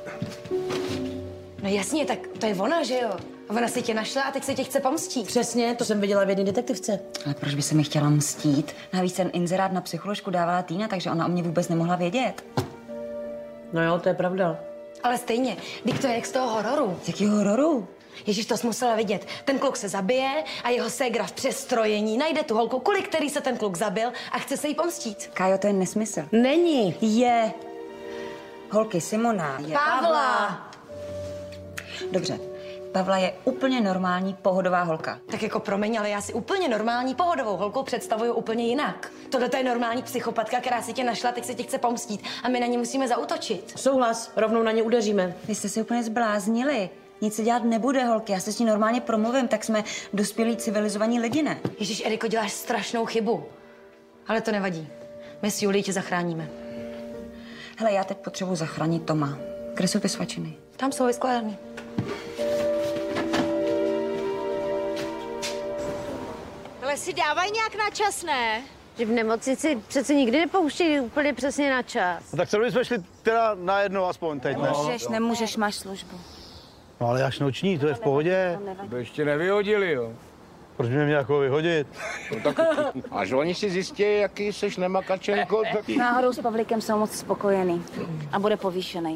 No jasně, tak to je ona, že jo? A ona si tě našla a teď se tě chce pomstít. Přesně, to jsem viděla v jedné detektivce. Ale proč by se mi chtěla mstít? Navíc ten inzerát na psycholožku dávala Týna, takže ona o mě vůbec nemohla vědět. No jo, to je pravda. Ale stejně, teď to je jak z toho hororu. Z jakého hororu? Ježíš, to jsi musela vidět. Ten kluk se zabije a jeho ségra v přestrojení najde tu holku, kvůli který se ten kluk zabil a chce se jí pomstít. Kájo, to je nesmysl. Není. Je. Holky, Simona je Pavla. Dobře. Pavla je úplně normální, pohodová holka. Tak jako promiň, ale já si úplně normální pohodovou holkou představuju úplně jinak. Tohle to je normální psychopatka, která si tě našla, teď se tě chce pomstít a my na ní musíme zaútočit. Souhlas, rovnou na ně udeříme. Vy jste si úplně zbláznili. Nic se dělat nebude, holky. Já se s ní normálně promluvím, tak jsme dospělí civilizovaní lidi, ne? Ježíš, Eriko, děláš strašnou chybu. Ale to nevadí. My s Julí tě zachráníme. Hele, já teď potřebuji zachránit Toma. Kde jsou ty svačiny? Tam jsou vyskládaný. takhle si dávají nějak na čas, ne? Že v nemocnici přece nikdy nepouštějí úplně přesně na čas. No tak co jsme šli teda najednou aspoň teď, ne? Nemůžeš, máš službu. No ale až noční, to je v pohodě. To ještě nevyhodili, jo. Proč mě měl jako vyhodit? No tak až oni si zjistí, jaký seš nemakačenko, tak... Náhodou s Pavlíkem jsou moc spokojený a bude povýšený.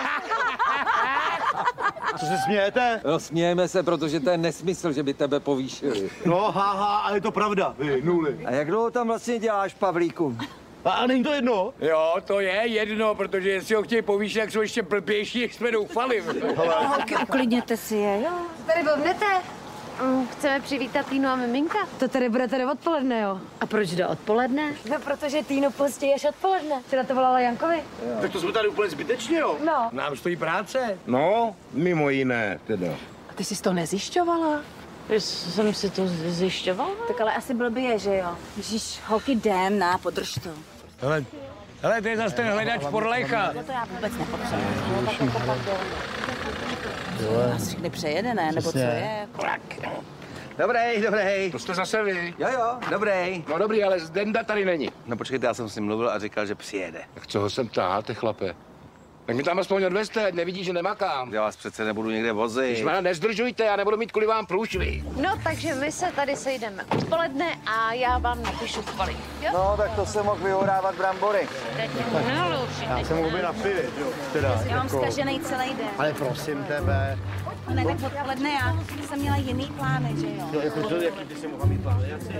Co se smějete? No, smějeme se, protože to je nesmysl, že by tebe povýšili. No, haha, ale je to pravda. Vy, nuly. A jak dlouho tam vlastně děláš, Pavlíku? A není to jedno? Jo, to je jedno, protože jestli ho chtějí povýšit, tak jsou ještě blbější, jak jsme doufali. Holky, uklidněte si je, jo? Tady blbnete? Chceme přivítat Týnu a miminka? To tady bude tady odpoledne, jo? A proč do odpoledne? No, protože Týnu později až odpoledne. Včera to volala Jankovi. Jo. Tak to jsme tady úplně zbytečně, jo? No. Nám stojí práce. No, mimo jiné, teda. A ty jsi to nezjišťovala? Jsem si to zjišťovala. Tak ale asi blbě, že jo? Ježíš, holky, jdem, podrž to. Hele, to je zase ten hledač Porlecha. No to já vůbec nepotřebuji. Nás všechny přejede, ne? Nebo co je? Dobrý. To jste zase vy. Jo, dobrý. No dobrý, ale Zdenda tady není. No počkejte, já jsem s ním mluvil a říkal, že přijede. Tak co ho sem taháte, chlape? Tak mi tam aspoň odvezte, ať nevidí, že nemakám. Já vás přece nebudu někde vozit. Žmana, nezdržujte, já nebudu mít kvůli vám průšvih. No, takže my se tady sejdeme odpoledne a já vám napíšu kolik, jo? No, tak to jsem mohl vyhrávat brambory. Já jsem mohl být na pivě, jo? Teda, Já mám zkaženej celý den. Ale prosím tebe. Ne, tak odpoledne já jsem měla jiný plány, že jo? No, jako to, jaký ty jsi mohla mít plány? Já si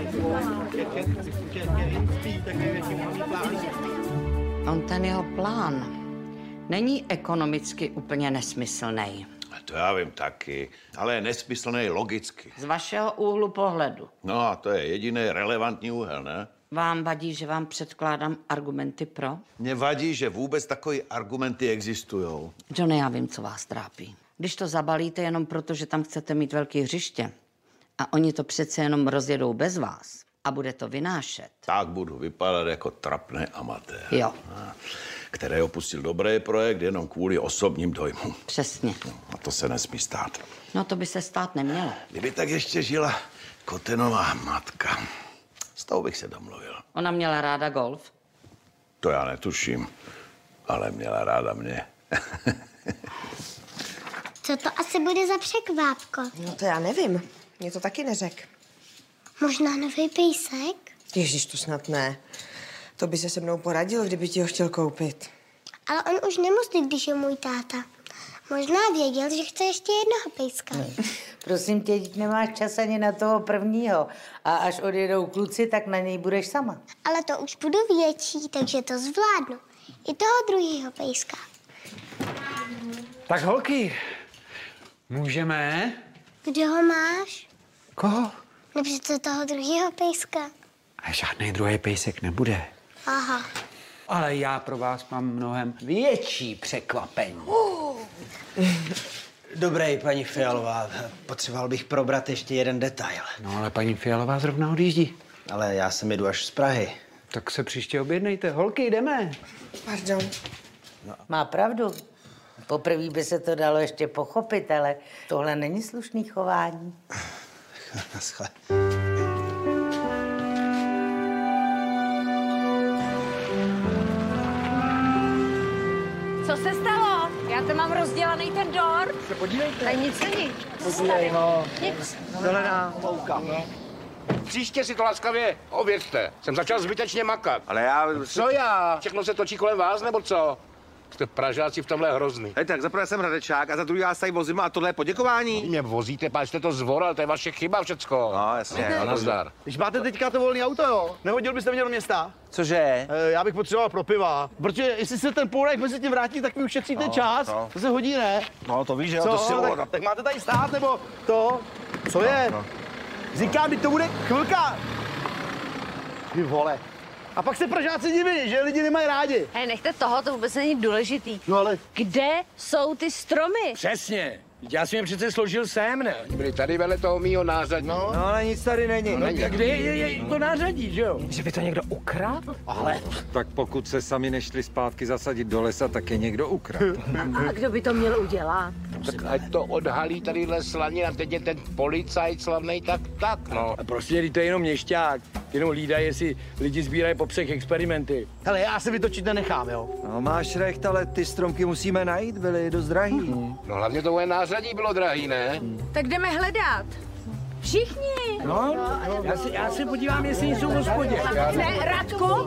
tak největší mohla mít plány. On ten jeho plán není ekonomicky úplně nesmyslný. To já vím taky, ale je nesmyslný logicky. Z vašeho úhlu pohledu. No a to je jediný relevantní úhel, ne? Vám vadí, že vám předkládám argumenty pro? Mně vadí, že vůbec takové argumenty existujou. Johnny, já vím, co vás trápí. Když to zabalíte jenom proto, že tam chcete mít velký hřiště a oni to přece jenom rozjedou bez vás a bude to vynášet. Tak budu vypadat jako trapný amatér. Jo. Který opustil dobrý projekt jenom kvůli osobním dojmům. Přesně. A to se nesmí stát. No to by se stát nemělo. Kdyby tak ještě žila Kotenová matka, s tou bych se domluvil. Ona měla ráda golf? To já netuším, ale měla ráda mě. Co to asi bude za překvápko? No to já nevím. Mě to taky neřek. Možná nový pejsek? Ježíš, to snad ne. To by se mnou poradil, kdyby ti ho chtěl koupit. Ale on už nemusí, když je můj táta. Možná věděl, že chce ještě jednoho pejska. Prosím tě, nemáš čas ani na toho prvního. A až odjedou kluci, tak na něj budeš sama. Ale to už budu větší, takže to zvládnu. I toho druhého pejska. Tak holky, můžeme? Kde ho máš? Koho? No přece toho druhého pejska. A žádný druhý pejsek nebude. Aha. Ale já pro vás mám mnohem větší překvapení. Dobrý, paní Fialová. Potřeboval bych probrat ještě jeden detail. No ale paní Fialová zrovna odjíždí. Ale já sem jdu až z Prahy. Tak se příště objednejte. Holky, jdeme. Pardon. No. Má pravdu. Poprvé by se to dalo ještě pochopit, ale tohle není slušný chování. Naschle. Co se stalo? Já tam mám rozdělaný ten dort. Se podívejte. Tady nic není. Podívej, no. Nic. Zelená mouka. No. Příště si to laskavě ověřte. Jsem začal zbytečně makat. Ale já... Co já? Všechno se točí kolem vás, nebo co? Jste Pražáci v tomhle hrozný. Hej, tak zaprvé jsem hradečák a za druhý já se tady vozím a tohle je poděkování. Mě vozíte, pán, jste to zvoral, to je vaše chyba všecko. No, jasně. No, nazdar. Když máte teďka to volné auto, jo? Nehodil byste mě do města? Cože? Já bych potřeboval pro piva. Protože jestli se ten půlek mezi tím vrátí, tak mi ušetříte čas. No. To se hodí, ne? No, to víš, že jo, Co? to si Tak máte tady stát, nebo to? Co je? No. Říkám, teď to bude chvilka. Ty vole. A pak se Pražáci diví, že lidi nemají rádi. Hej, nechte toho, to vůbec není důležitý. No ale... Kde jsou ty stromy? Přesně. Já jsem je přece složil sem, ne? Byli tady vedle toho mýho nářadí. No, ale nic tady není. No, tak kde je to nářadí, že jo? Že by to někdo ukradl? Ale... Tak pokud se sami nešli zpátky zasadit do lesa, tak je někdo ukradl. A kdo by to měl udělat? Tak ať to odhalí tadyhle slanina, teď je ten policajt slavnej, tak, no. A prostě, to je jenom měšťák, jenom hlídá, jestli lidi sbírají po psech experimenty. Hele, já se vytočit nenechám, jo? No máš recht, ale ty stromky musíme najít, byly dost drahý. No hlavně to moje nářadí bylo drahý, ne? Tak jdeme hledat. Všichni. No, Já se podívám, jestli jsou v hospodě. Ne, Radko?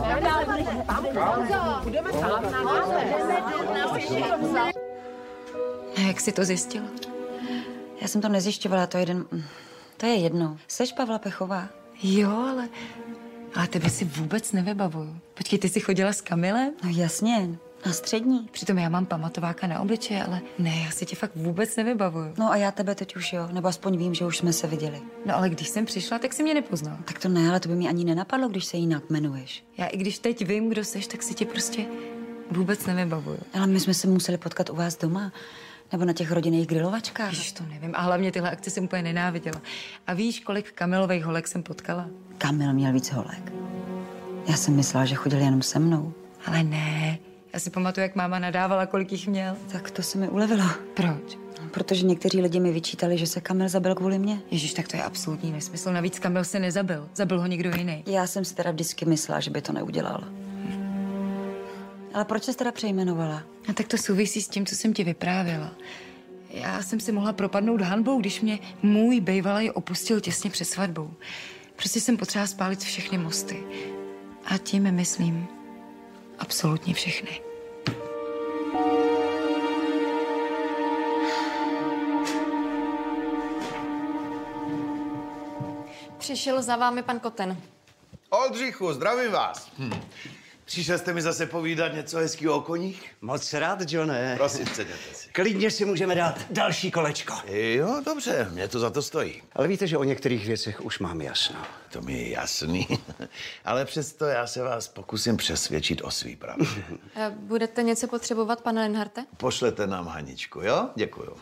Jak jsi to zjistila? Já jsem to nezjišťovala, to je jedno. Seš Pavla Pechová? Jo, ale tebe si vůbec nevybavuju. Počkej, ty jsi chodila s Kamilem? No jasně, na střední. Přitom já mám pamatováka na obličeji, ale ne, já si tě fakt vůbec nevybavuju. No a já tebe teď už jo, nebo aspoň vím, že už jsme se viděli. No ale když jsem přišla, tak si mě nepoznal. Tak to ne, ale to by mi ani nenapadlo, když se jinak jmenuješ. Já i když teď vím, kdo seš, tak si tě prostě vůbec nevybavuju. Ale my jsme se museli potkat u vás doma. Nebo na těch rodinných grilovačkách. Víš, to nevím. A hlavně tyhle akce jsem úplně nenáviděla. A víš, kolik Kamilových holek jsem potkala? Kamil měl víc holek. Já jsem myslela, že chodil jenom se mnou. Ale ne. Já si pamatuju, jak máma nadávala, kolik jich měl. Tak to se mi ulevilo. Proč? Protože někteří lidi mi vyčítali, že se Kamil zabil kvůli mně. Ježíš, tak to je absolutní nesmysl. Navíc Kamil se nezabil. Zabil ho někdo jiný. Já jsem si teda vždycky myslela, že by to neudělal. Ale proč jsi teda přejmenovala? A tak to souvisí s tím, co jsem ti vyprávěla. Já jsem si mohla propadnout hanbou, když mě můj bejvalej opustil těsně před svatbou. Prostě jsem potřeba spálit všechny mosty. A tím myslím absolutně všechny. Přišel za vámi pan Koten. Oldřichu, zdravím vás. Přišel jste mi zase povídat něco hezkýho o koních? Moc rád, Johne. Prosím, seděte si. Klidně si můžeme dát další kolečko. Jo, dobře, mě to za to stojí. Ale víte, že o některých věcech už mám jasno. To mi je jasný. Ale přesto já se vás pokusím přesvědčit o svý pravdě. Budete něco potřebovat, pane Linharte? Pošlete nám Haničku, jo? Děkuju.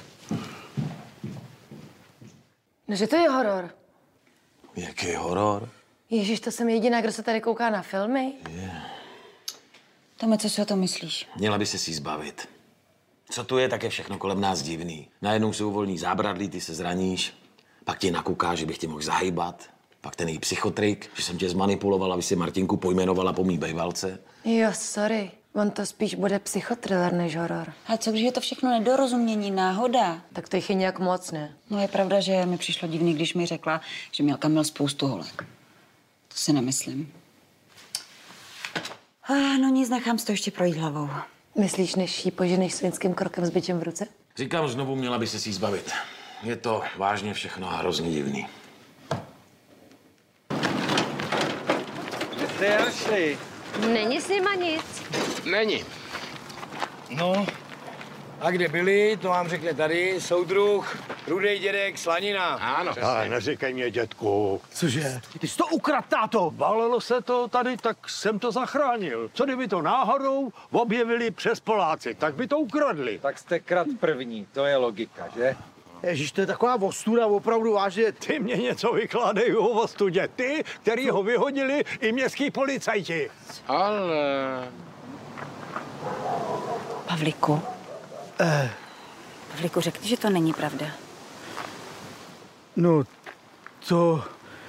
No, že to je horor. Jaký horor? Ježíš, to jsem jediná, kdo se tady kouká na filmy. Tome, co si o tom myslíš? Měla by se si zbavit. Co tu je, tak je všechno kolem nás divný. Najednou se uvolní zábradlí, ty se zraníš, pak ti nakuká, že bych tě mohl zahýbat, pak ten její psychotrik, že jsem tě zmanipulovala, aby si Martinku pojmenovala po mý bejvalce. Jo, sorry. On to spíš bude psychotriller než horor. A co, když je to všechno nedorozumění, náhoda? Tak to jich je nějak moc, ne? No je pravda, že mi přišlo divný, když mi řekla, že měl Kamil spoustu holek. To si nemyslím. No nic, nechám si to ještě projít hlavou. Myslíš, než jí poženeš svinským krokem s bičem v ruce? Říkám znovu, měla by se si zbavit. Je to vážně všechno hrozně divný. Jste našli? Není s nima nic. Není. No, a kde byli, to vám řekne tady soudruh, rudej dědek, Slanina. Ano. Ale neříkej mě, dětku. Cože? Ty jsi to ukradl, táto. Válelo se to tady, tak jsem to zachránil. Co kdyby to náhodou objevili přes Poláci, tak by to ukradli. Tak jste krad první, to je logika, že? Ježíš, to je taková ostuda, opravdu vážně. Ty mě něco vykládají o ostudě. Ty, který ho vyhodili i městský policajti. Ale... Pavlíku. Pavlíku, řekni, že to není pravda. No, to...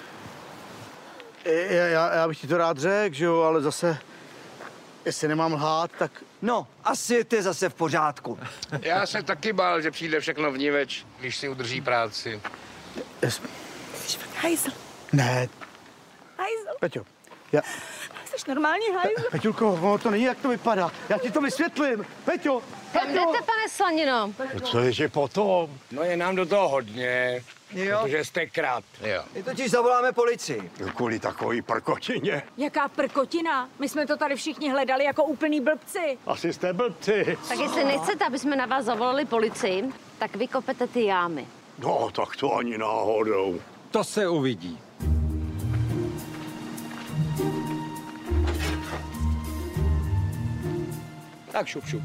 Já bych ti to rád řekl, že jo, ale zase, jestli nemám lhát, tak... No, asi je to zase v pořádku. Já se taky bál, že přijde všechno vniveč, když si udrží práci. Jsi fakt hajzl. Ne. Hajzl. Peťo, Jsi normální hajzl. Peťulko, to není, jak to vypadá. Já ti to vysvětlím. Peťo, Kam jdete, pane Slanino? No co je, že potom? No je nám do toho hodně, jo? protože jste krát. Jo. My totiž zavoláme policii. No, kvůli takový prkotině. Jaká prkotina? My jsme to tady všichni hledali jako úplný blbci. Asi jste blbci. Tak jestli nechcete, aby jsme na vás zavolali policii, tak vykopete ty jámy. No, tak to ani náhodou. To se uvidí. Tak šup, šup.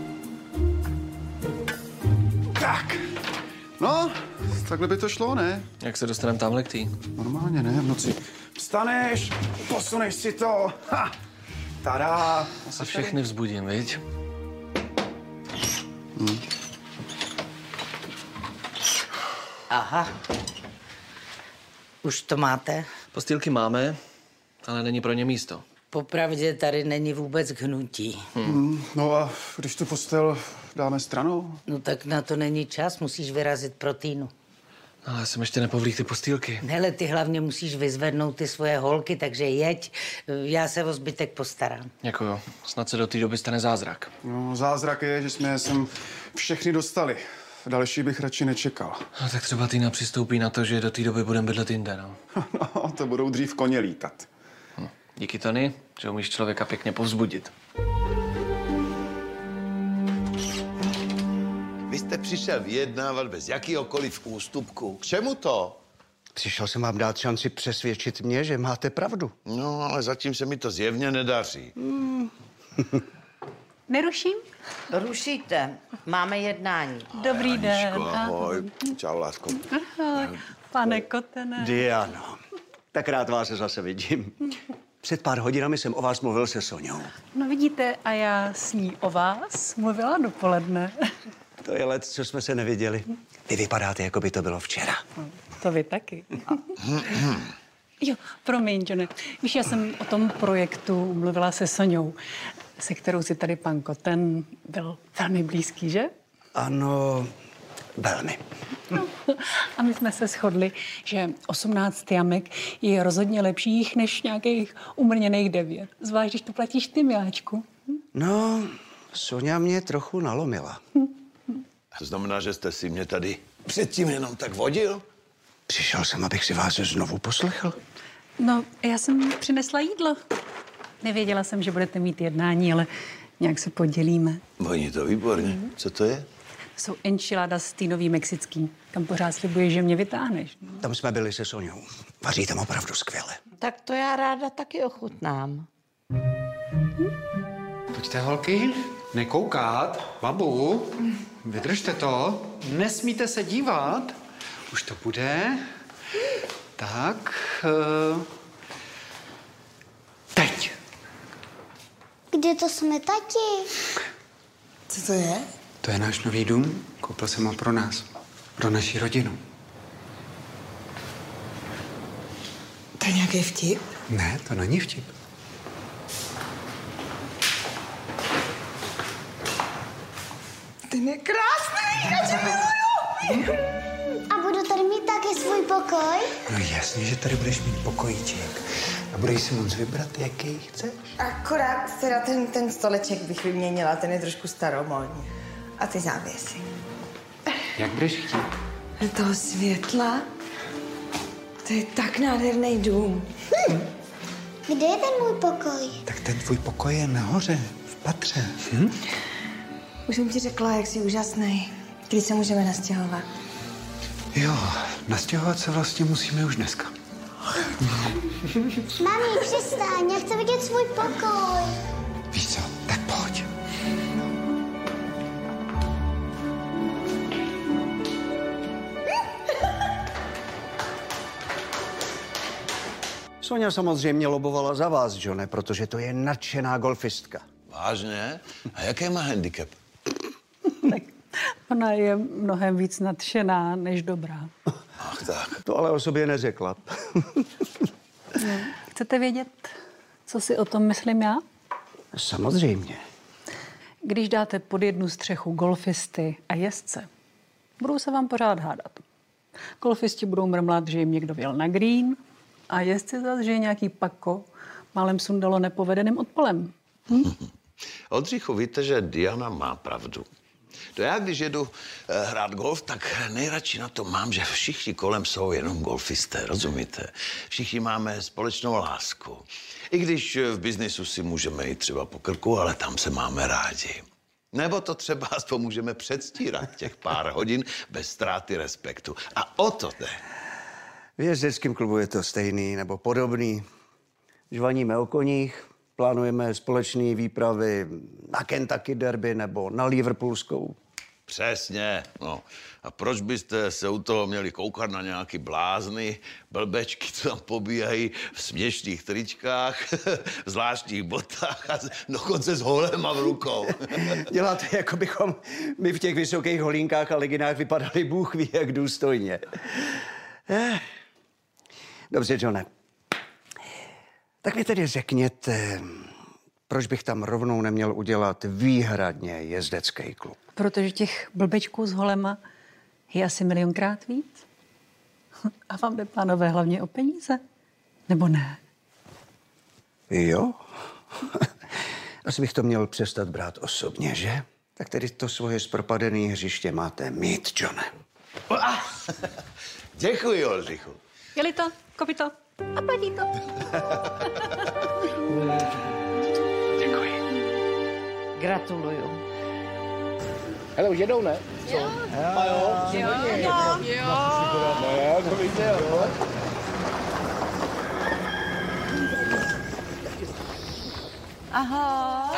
Tak. No, takhle by to šlo, ne? Jak se dostaneme tamhle k tý? Normálně, ne, v noci. Vstaneš, posuneš si to. Ha! Tada! Asi všechny vzbudím, viď? Aha. Už to máte? Postýlky máme, ale není pro ně místo. Popravdě tady není vůbec k hnutí. No a když tu postel dáme stranou? No tak na to není čas, musíš vyrazit pro Týnu. Ale já jsem ještě nepovlík ty postýlky. Hele, ty hlavně musíš vyzvednout ty svoje holky, takže jeď, já se o zbytek postarám. Jako jo, snad se do té doby stane zázrak. No, zázrak je, že jsme je sem všechny dostali. Další bych radši nečekal. No, tak třeba Týna přistoupí na to, že do té doby budeme bydlet jinde, no. No, to budou dřív koně lítat. Díky, Tony, že umíš člověka pěkně povzbudit. Vy jste přišel vyjednávat bez jakýhokoliv ústupku. K čemu to? Přišel jsem vám dát šanci přesvědčit mě, že máte pravdu. No, ale zatím se mi to zjevně nedaří. Neruším? Rušíte. Máme jednání. Dobrý den. Aničko, ahoj. Čau, lásko. Ahoj, pane Kotene. Diano, tak rád vás zase vidím. Před pár hodinami jsem o vás mluvil se Soňou. No vidíte, a já s ní o vás mluvila dopoledne. To je let, co jsme se neviděli. Vy vypadáte, jako by to bylo včera. To vy taky. Jo, promiň, Johne. Víš, já jsem o tom projektu mluvila se Soňou, se kterou si tady pan Koten byl velmi blízký, že? Ano, velmi. A my jsme se shodli, že 18 jamek je rozhodně lepších než nějakých umrněných 9. Zvlášť, když to platíš ty, miláčku. No, Soňa mě trochu nalomila. To znamená, že jste si mě tady předtím jenom tak vodil? Přišel jsem, abych si vás znovu poslechl. No, já jsem přinesla jídlo. Nevěděla jsem, že budete mít jednání, ale nějak se podělíme. Voní to výborně. Co to je? Jsou enchiladas týnový mexický. Tam pořád slibuješ, že mě vytáhneš. Tam jsme byli se Soňou. Vaří tam opravdu skvěle. Tak to já ráda taky ochutnám. Pojďte, holky, nekoukat. Babu, vydržte to. Nesmíte se dívat. Už to bude. Tak. Teď. Kde to jsme, tati? Co to je? To je náš nový dům. Koupil jsem ho pro nás. Pro naši rodinu. To je nějaký vtip? Ne, to není vtip. Ten je krásný, já tě miluju. A budu tady mít taky svůj pokoj? No jasně, že tady budeš mít pokojíček. A budeš si moc vybrat, jaký chceš. Akorát teda ten stoleček bych vyměnila, ten je trošku staromódní. A ty závěsy. Jak budeš chtít? Toho světla? To je tak nádherný dům. Kde je ten můj pokoj? Tak ten tvůj pokoj je nahoře, v patře. Už jsem ti řekla, jak jsi úžasný. Kdy se můžeme nastěhovat? Jo, nastěhovat se vlastně musíme už dneska. Mami, přestaň, já chci vidět svůj pokoj. Víš co, tak pojď. Soňa samozřejmě lobovala za vás, Johne, protože to je nadšená golfistka. Vážně? A jaký má handicap? Ona je mnohem víc nadšená než dobrá. Ach tak. To ale o sobě neřekla. No. Chcete vědět, co si o tom myslím já? Samozřejmě. Když dáte pod jednu střechu golfisty a jezdce, budou se vám pořád hádat. Golfisti budou mrmlat, že jim někdo vjel na green a jezdci zase, že je nějaký pako málem sundalo nepovedeným odpolem. Oldřichu, víte, že Diana má pravdu. To já, když jedu hrát golf, tak nejradši na to mám, že všichni kolem jsou jenom golfisté, rozumíte? Všichni máme společnou lásku. I když v biznisu si můžeme jít třeba po krku, ale tam se máme rádi. Nebo to třeba aspoň můžeme předstírat těch pár hodin bez ztráty respektu. A o to jde. V jezdeckém klubu je to stejný nebo podobný. Žvaníme o koních, plánujeme společné výpravy na Kentucky derby nebo na Liverpoolskou. Přesně, no. A proč byste se u toho měli koukat na nějaký blázny, blbečky, co tam pobíhají v směšných tričkách, v zvláštních botách a dokonce s holema v rukou. Děláte, jako bychom my v těch vysokých holínkách a leginách vypadali Bůh ví, jak důstojně. Dobře, Johne. Tak mi tedy řekněte, proč bych tam rovnou neměl udělat výhradně jezdecký klub? Protože těch blbečků s holema je asi milionkrát víc. A vám jde, pánové, hlavně o peníze? Nebo ne? Jo? Asi bych to měl přestat brát osobně, že? Tak tedy to svoje zpropadené hřiště máte mít, Johne. Děkuji, Oldřichu. Jeli to, kopito a platí to. Gratuluju. Hele, už jedou, ne? Co? Jo. To víte, jo. Ahoj.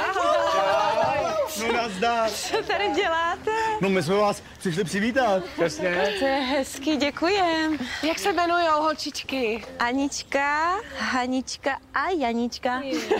No nazdar. Co tady děláte? No my jsme vás přišli přivítat. Přesně. To je hezký, děkujem. Jak se jmenujou holčičky? Anička, Hanička a Janička.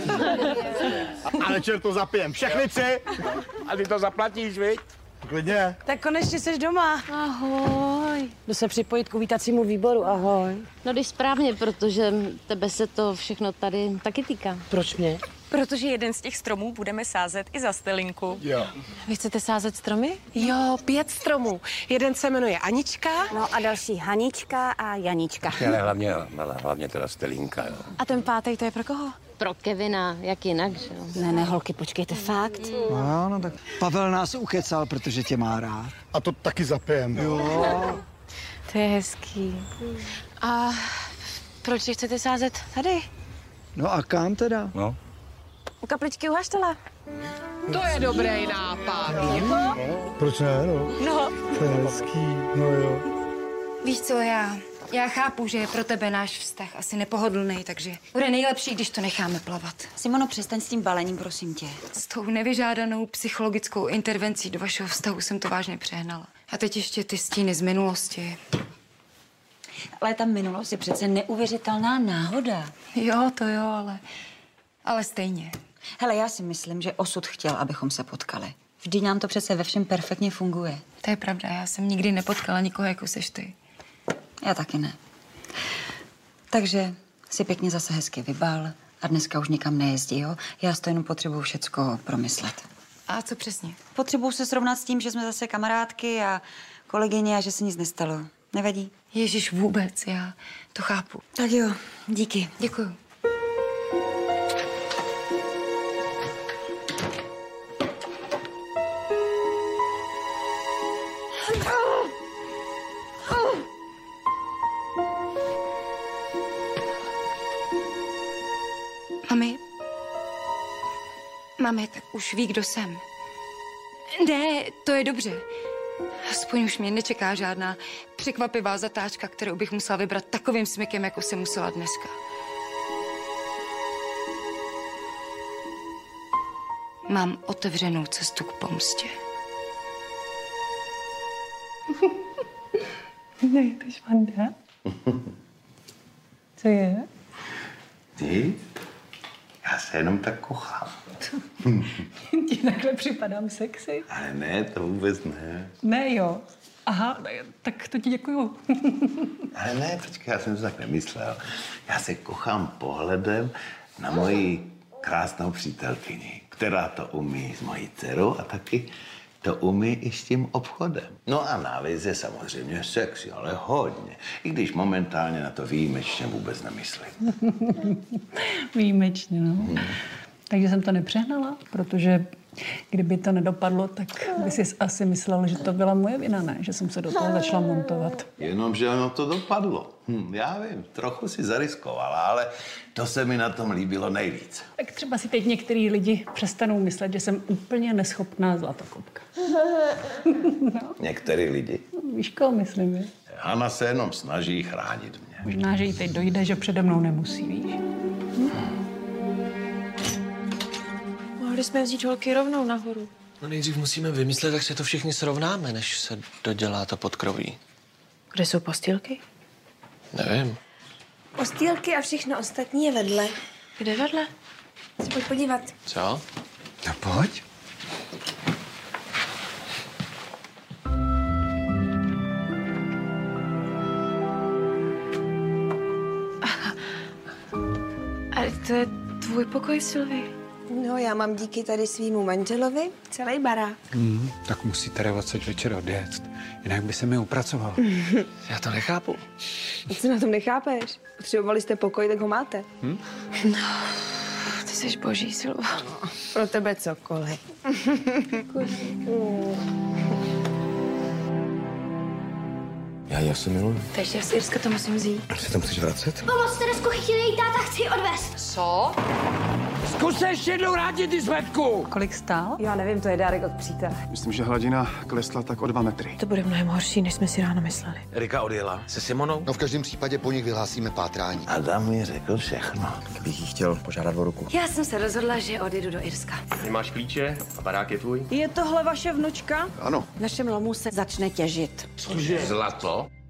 Ale čert to zapijem. Všechny tři. A ty to zaplatíš, viď? Klidně. Tak konečně jsi doma. Ahoj. Jdu se připojit k uvítacímu výboru, ahoj. No když správně, protože tebe se to všechno tady taky týká. Proč mě? Protože jeden z těch stromů budeme sázet i za Stelinku. Jo. Vy chcete sázet stromy? Jo, 5 stromů. Jeden se jmenuje Anička. No a další Hanička a Janička. Ale hlavně teda Stelínka, jo. A ten 5. to je pro koho? Pro Kevina, jak jinak, že jo? Ne, holky, počkejte, fakt. No, tak Pavel nás ukecal, protože tě má rád. A to taky zapijem. Jo. To je hezký. A proč je chcete sázet tady? No a kam teda? No. U kapličky u Haštala. To je dobrý nápad. Proč ne, no? No. To je hezký, no jo. Víš co, já chápu, že je pro tebe náš vztah asi nepohodlný, takže bude nejlepší, když to necháme plavat. Simono, přestaň s tím balením, prosím tě. S tou nevyžádanou psychologickou intervencí do vašeho vztahu jsem to vážně přehnala. A teď ještě ty stíny z minulosti. Ale ta minulost je přece neuvěřitelná náhoda. Jo, to jo, ale stejně. Hele, já si myslím, že osud chtěl, abychom se potkali. Vždyť nám to přece ve všem perfektně funguje. To je pravda, já jsem nikdy nepotkala nikoho, jako seš ty. Já taky ne. Takže si pěkně zase hezky vybal a dneska už nikam nejezdí, jo? Já to jenom potřebuju všecko promyslet. A co přesně? Potřebuju se srovnat s tím, že jsme zase kamarádky a kolegyně a že se nic nestalo. Nevadí? Ježíš, vůbec, já to chápu. Tak jo, díky. Děkuju. Mami, tak už ví, kdo jsem. Ne, to je dobře. Aspoň už mě nečeká žádná překvapivá zatáčka, kterou bych musela vybrat takovým smykem, jako jsem musela dneska. Mám otevřenou cestu k pomstě. Ne, to švanda. Co je? Ty? Já se jenom tak kochám. Ti takhle připadám sexy? Ale ne, to vůbec ne. Ne, jo. Aha, tak to ti děkuju. Ale ne, počkej, já jsem to tak nemyslel. Já se kochám pohledem na moji krásnou přítelkyni, která to umí s mojí dcerou a taky to umí i s tím obchodem. No a navíc je samozřejmě sexy, ale hodně. I když momentálně na to výjimečně vůbec nemyslím. Výjimečně, no. Takže jsem to nepřehnala, protože kdyby to nedopadlo, tak by si asi myslel, že to byla moje vina, ne? Že jsem se do toho začala montovat. Jenomže ono to dopadlo. Já vím, trochu si zariskovala, ale to se mi na tom líbilo nejvíc. Tak třeba si teď některý lidi přestanou myslet, že jsem úplně neschopná zlatokopka. No. Některý lidi. Víš, koho myslím, je? Hana se jenom snaží chránit mě. Možná, že jí teď dojde, že přede mnou nemusí, víš? Mohli jsme vzít holky rovnou nahoru. No nejdřív musíme vymyslet, jak se to všichni srovnáme, než se dodělá to podkroví. Kde jsou postýlky? Nevím. Postýlky a všechno ostatní je vedle. Kde vedle? Se pojď podívat. Co? No pojď. Ale to je tvůj pokoj, Sylvie. No, já mám díky tady svýmu manželovi celý barák. Tak musíte odsaď večer odjet, jinak by se mi upracoval. Já to nechápu. Co na tom nechápeš? Potřebovali jste pokoj, tak ho máte. No, ty jsi boží, Sylvo. No, pro tebe cokoliv. Já se miluji. Takže z Irska to musím vzít. A se tam chceš vracet? Pomoc, Teresku chytil její táta, chci ji odvést. Co? Zkus se ještě jednou vrátit, ty zmetku! Kolik stál? Já nevím, to je dárek od přítele. Myslím, že hladina klesla tak o 2 metry. To bude mnohem horší, než jsme si ráno mysleli. Erika odjela se Simonou? No v každém případě po nich vyhlásíme pátrání. Adam mi řekl všechno. Bych jí chtěl požádat o ruku. Já jsem se rozhodla, že odjedu do Irska. Ty máš klíče a barák je tvůj? Je tohle vaše vnučka? Ano. V našem lomu se začne těžit. Cože? Zlato?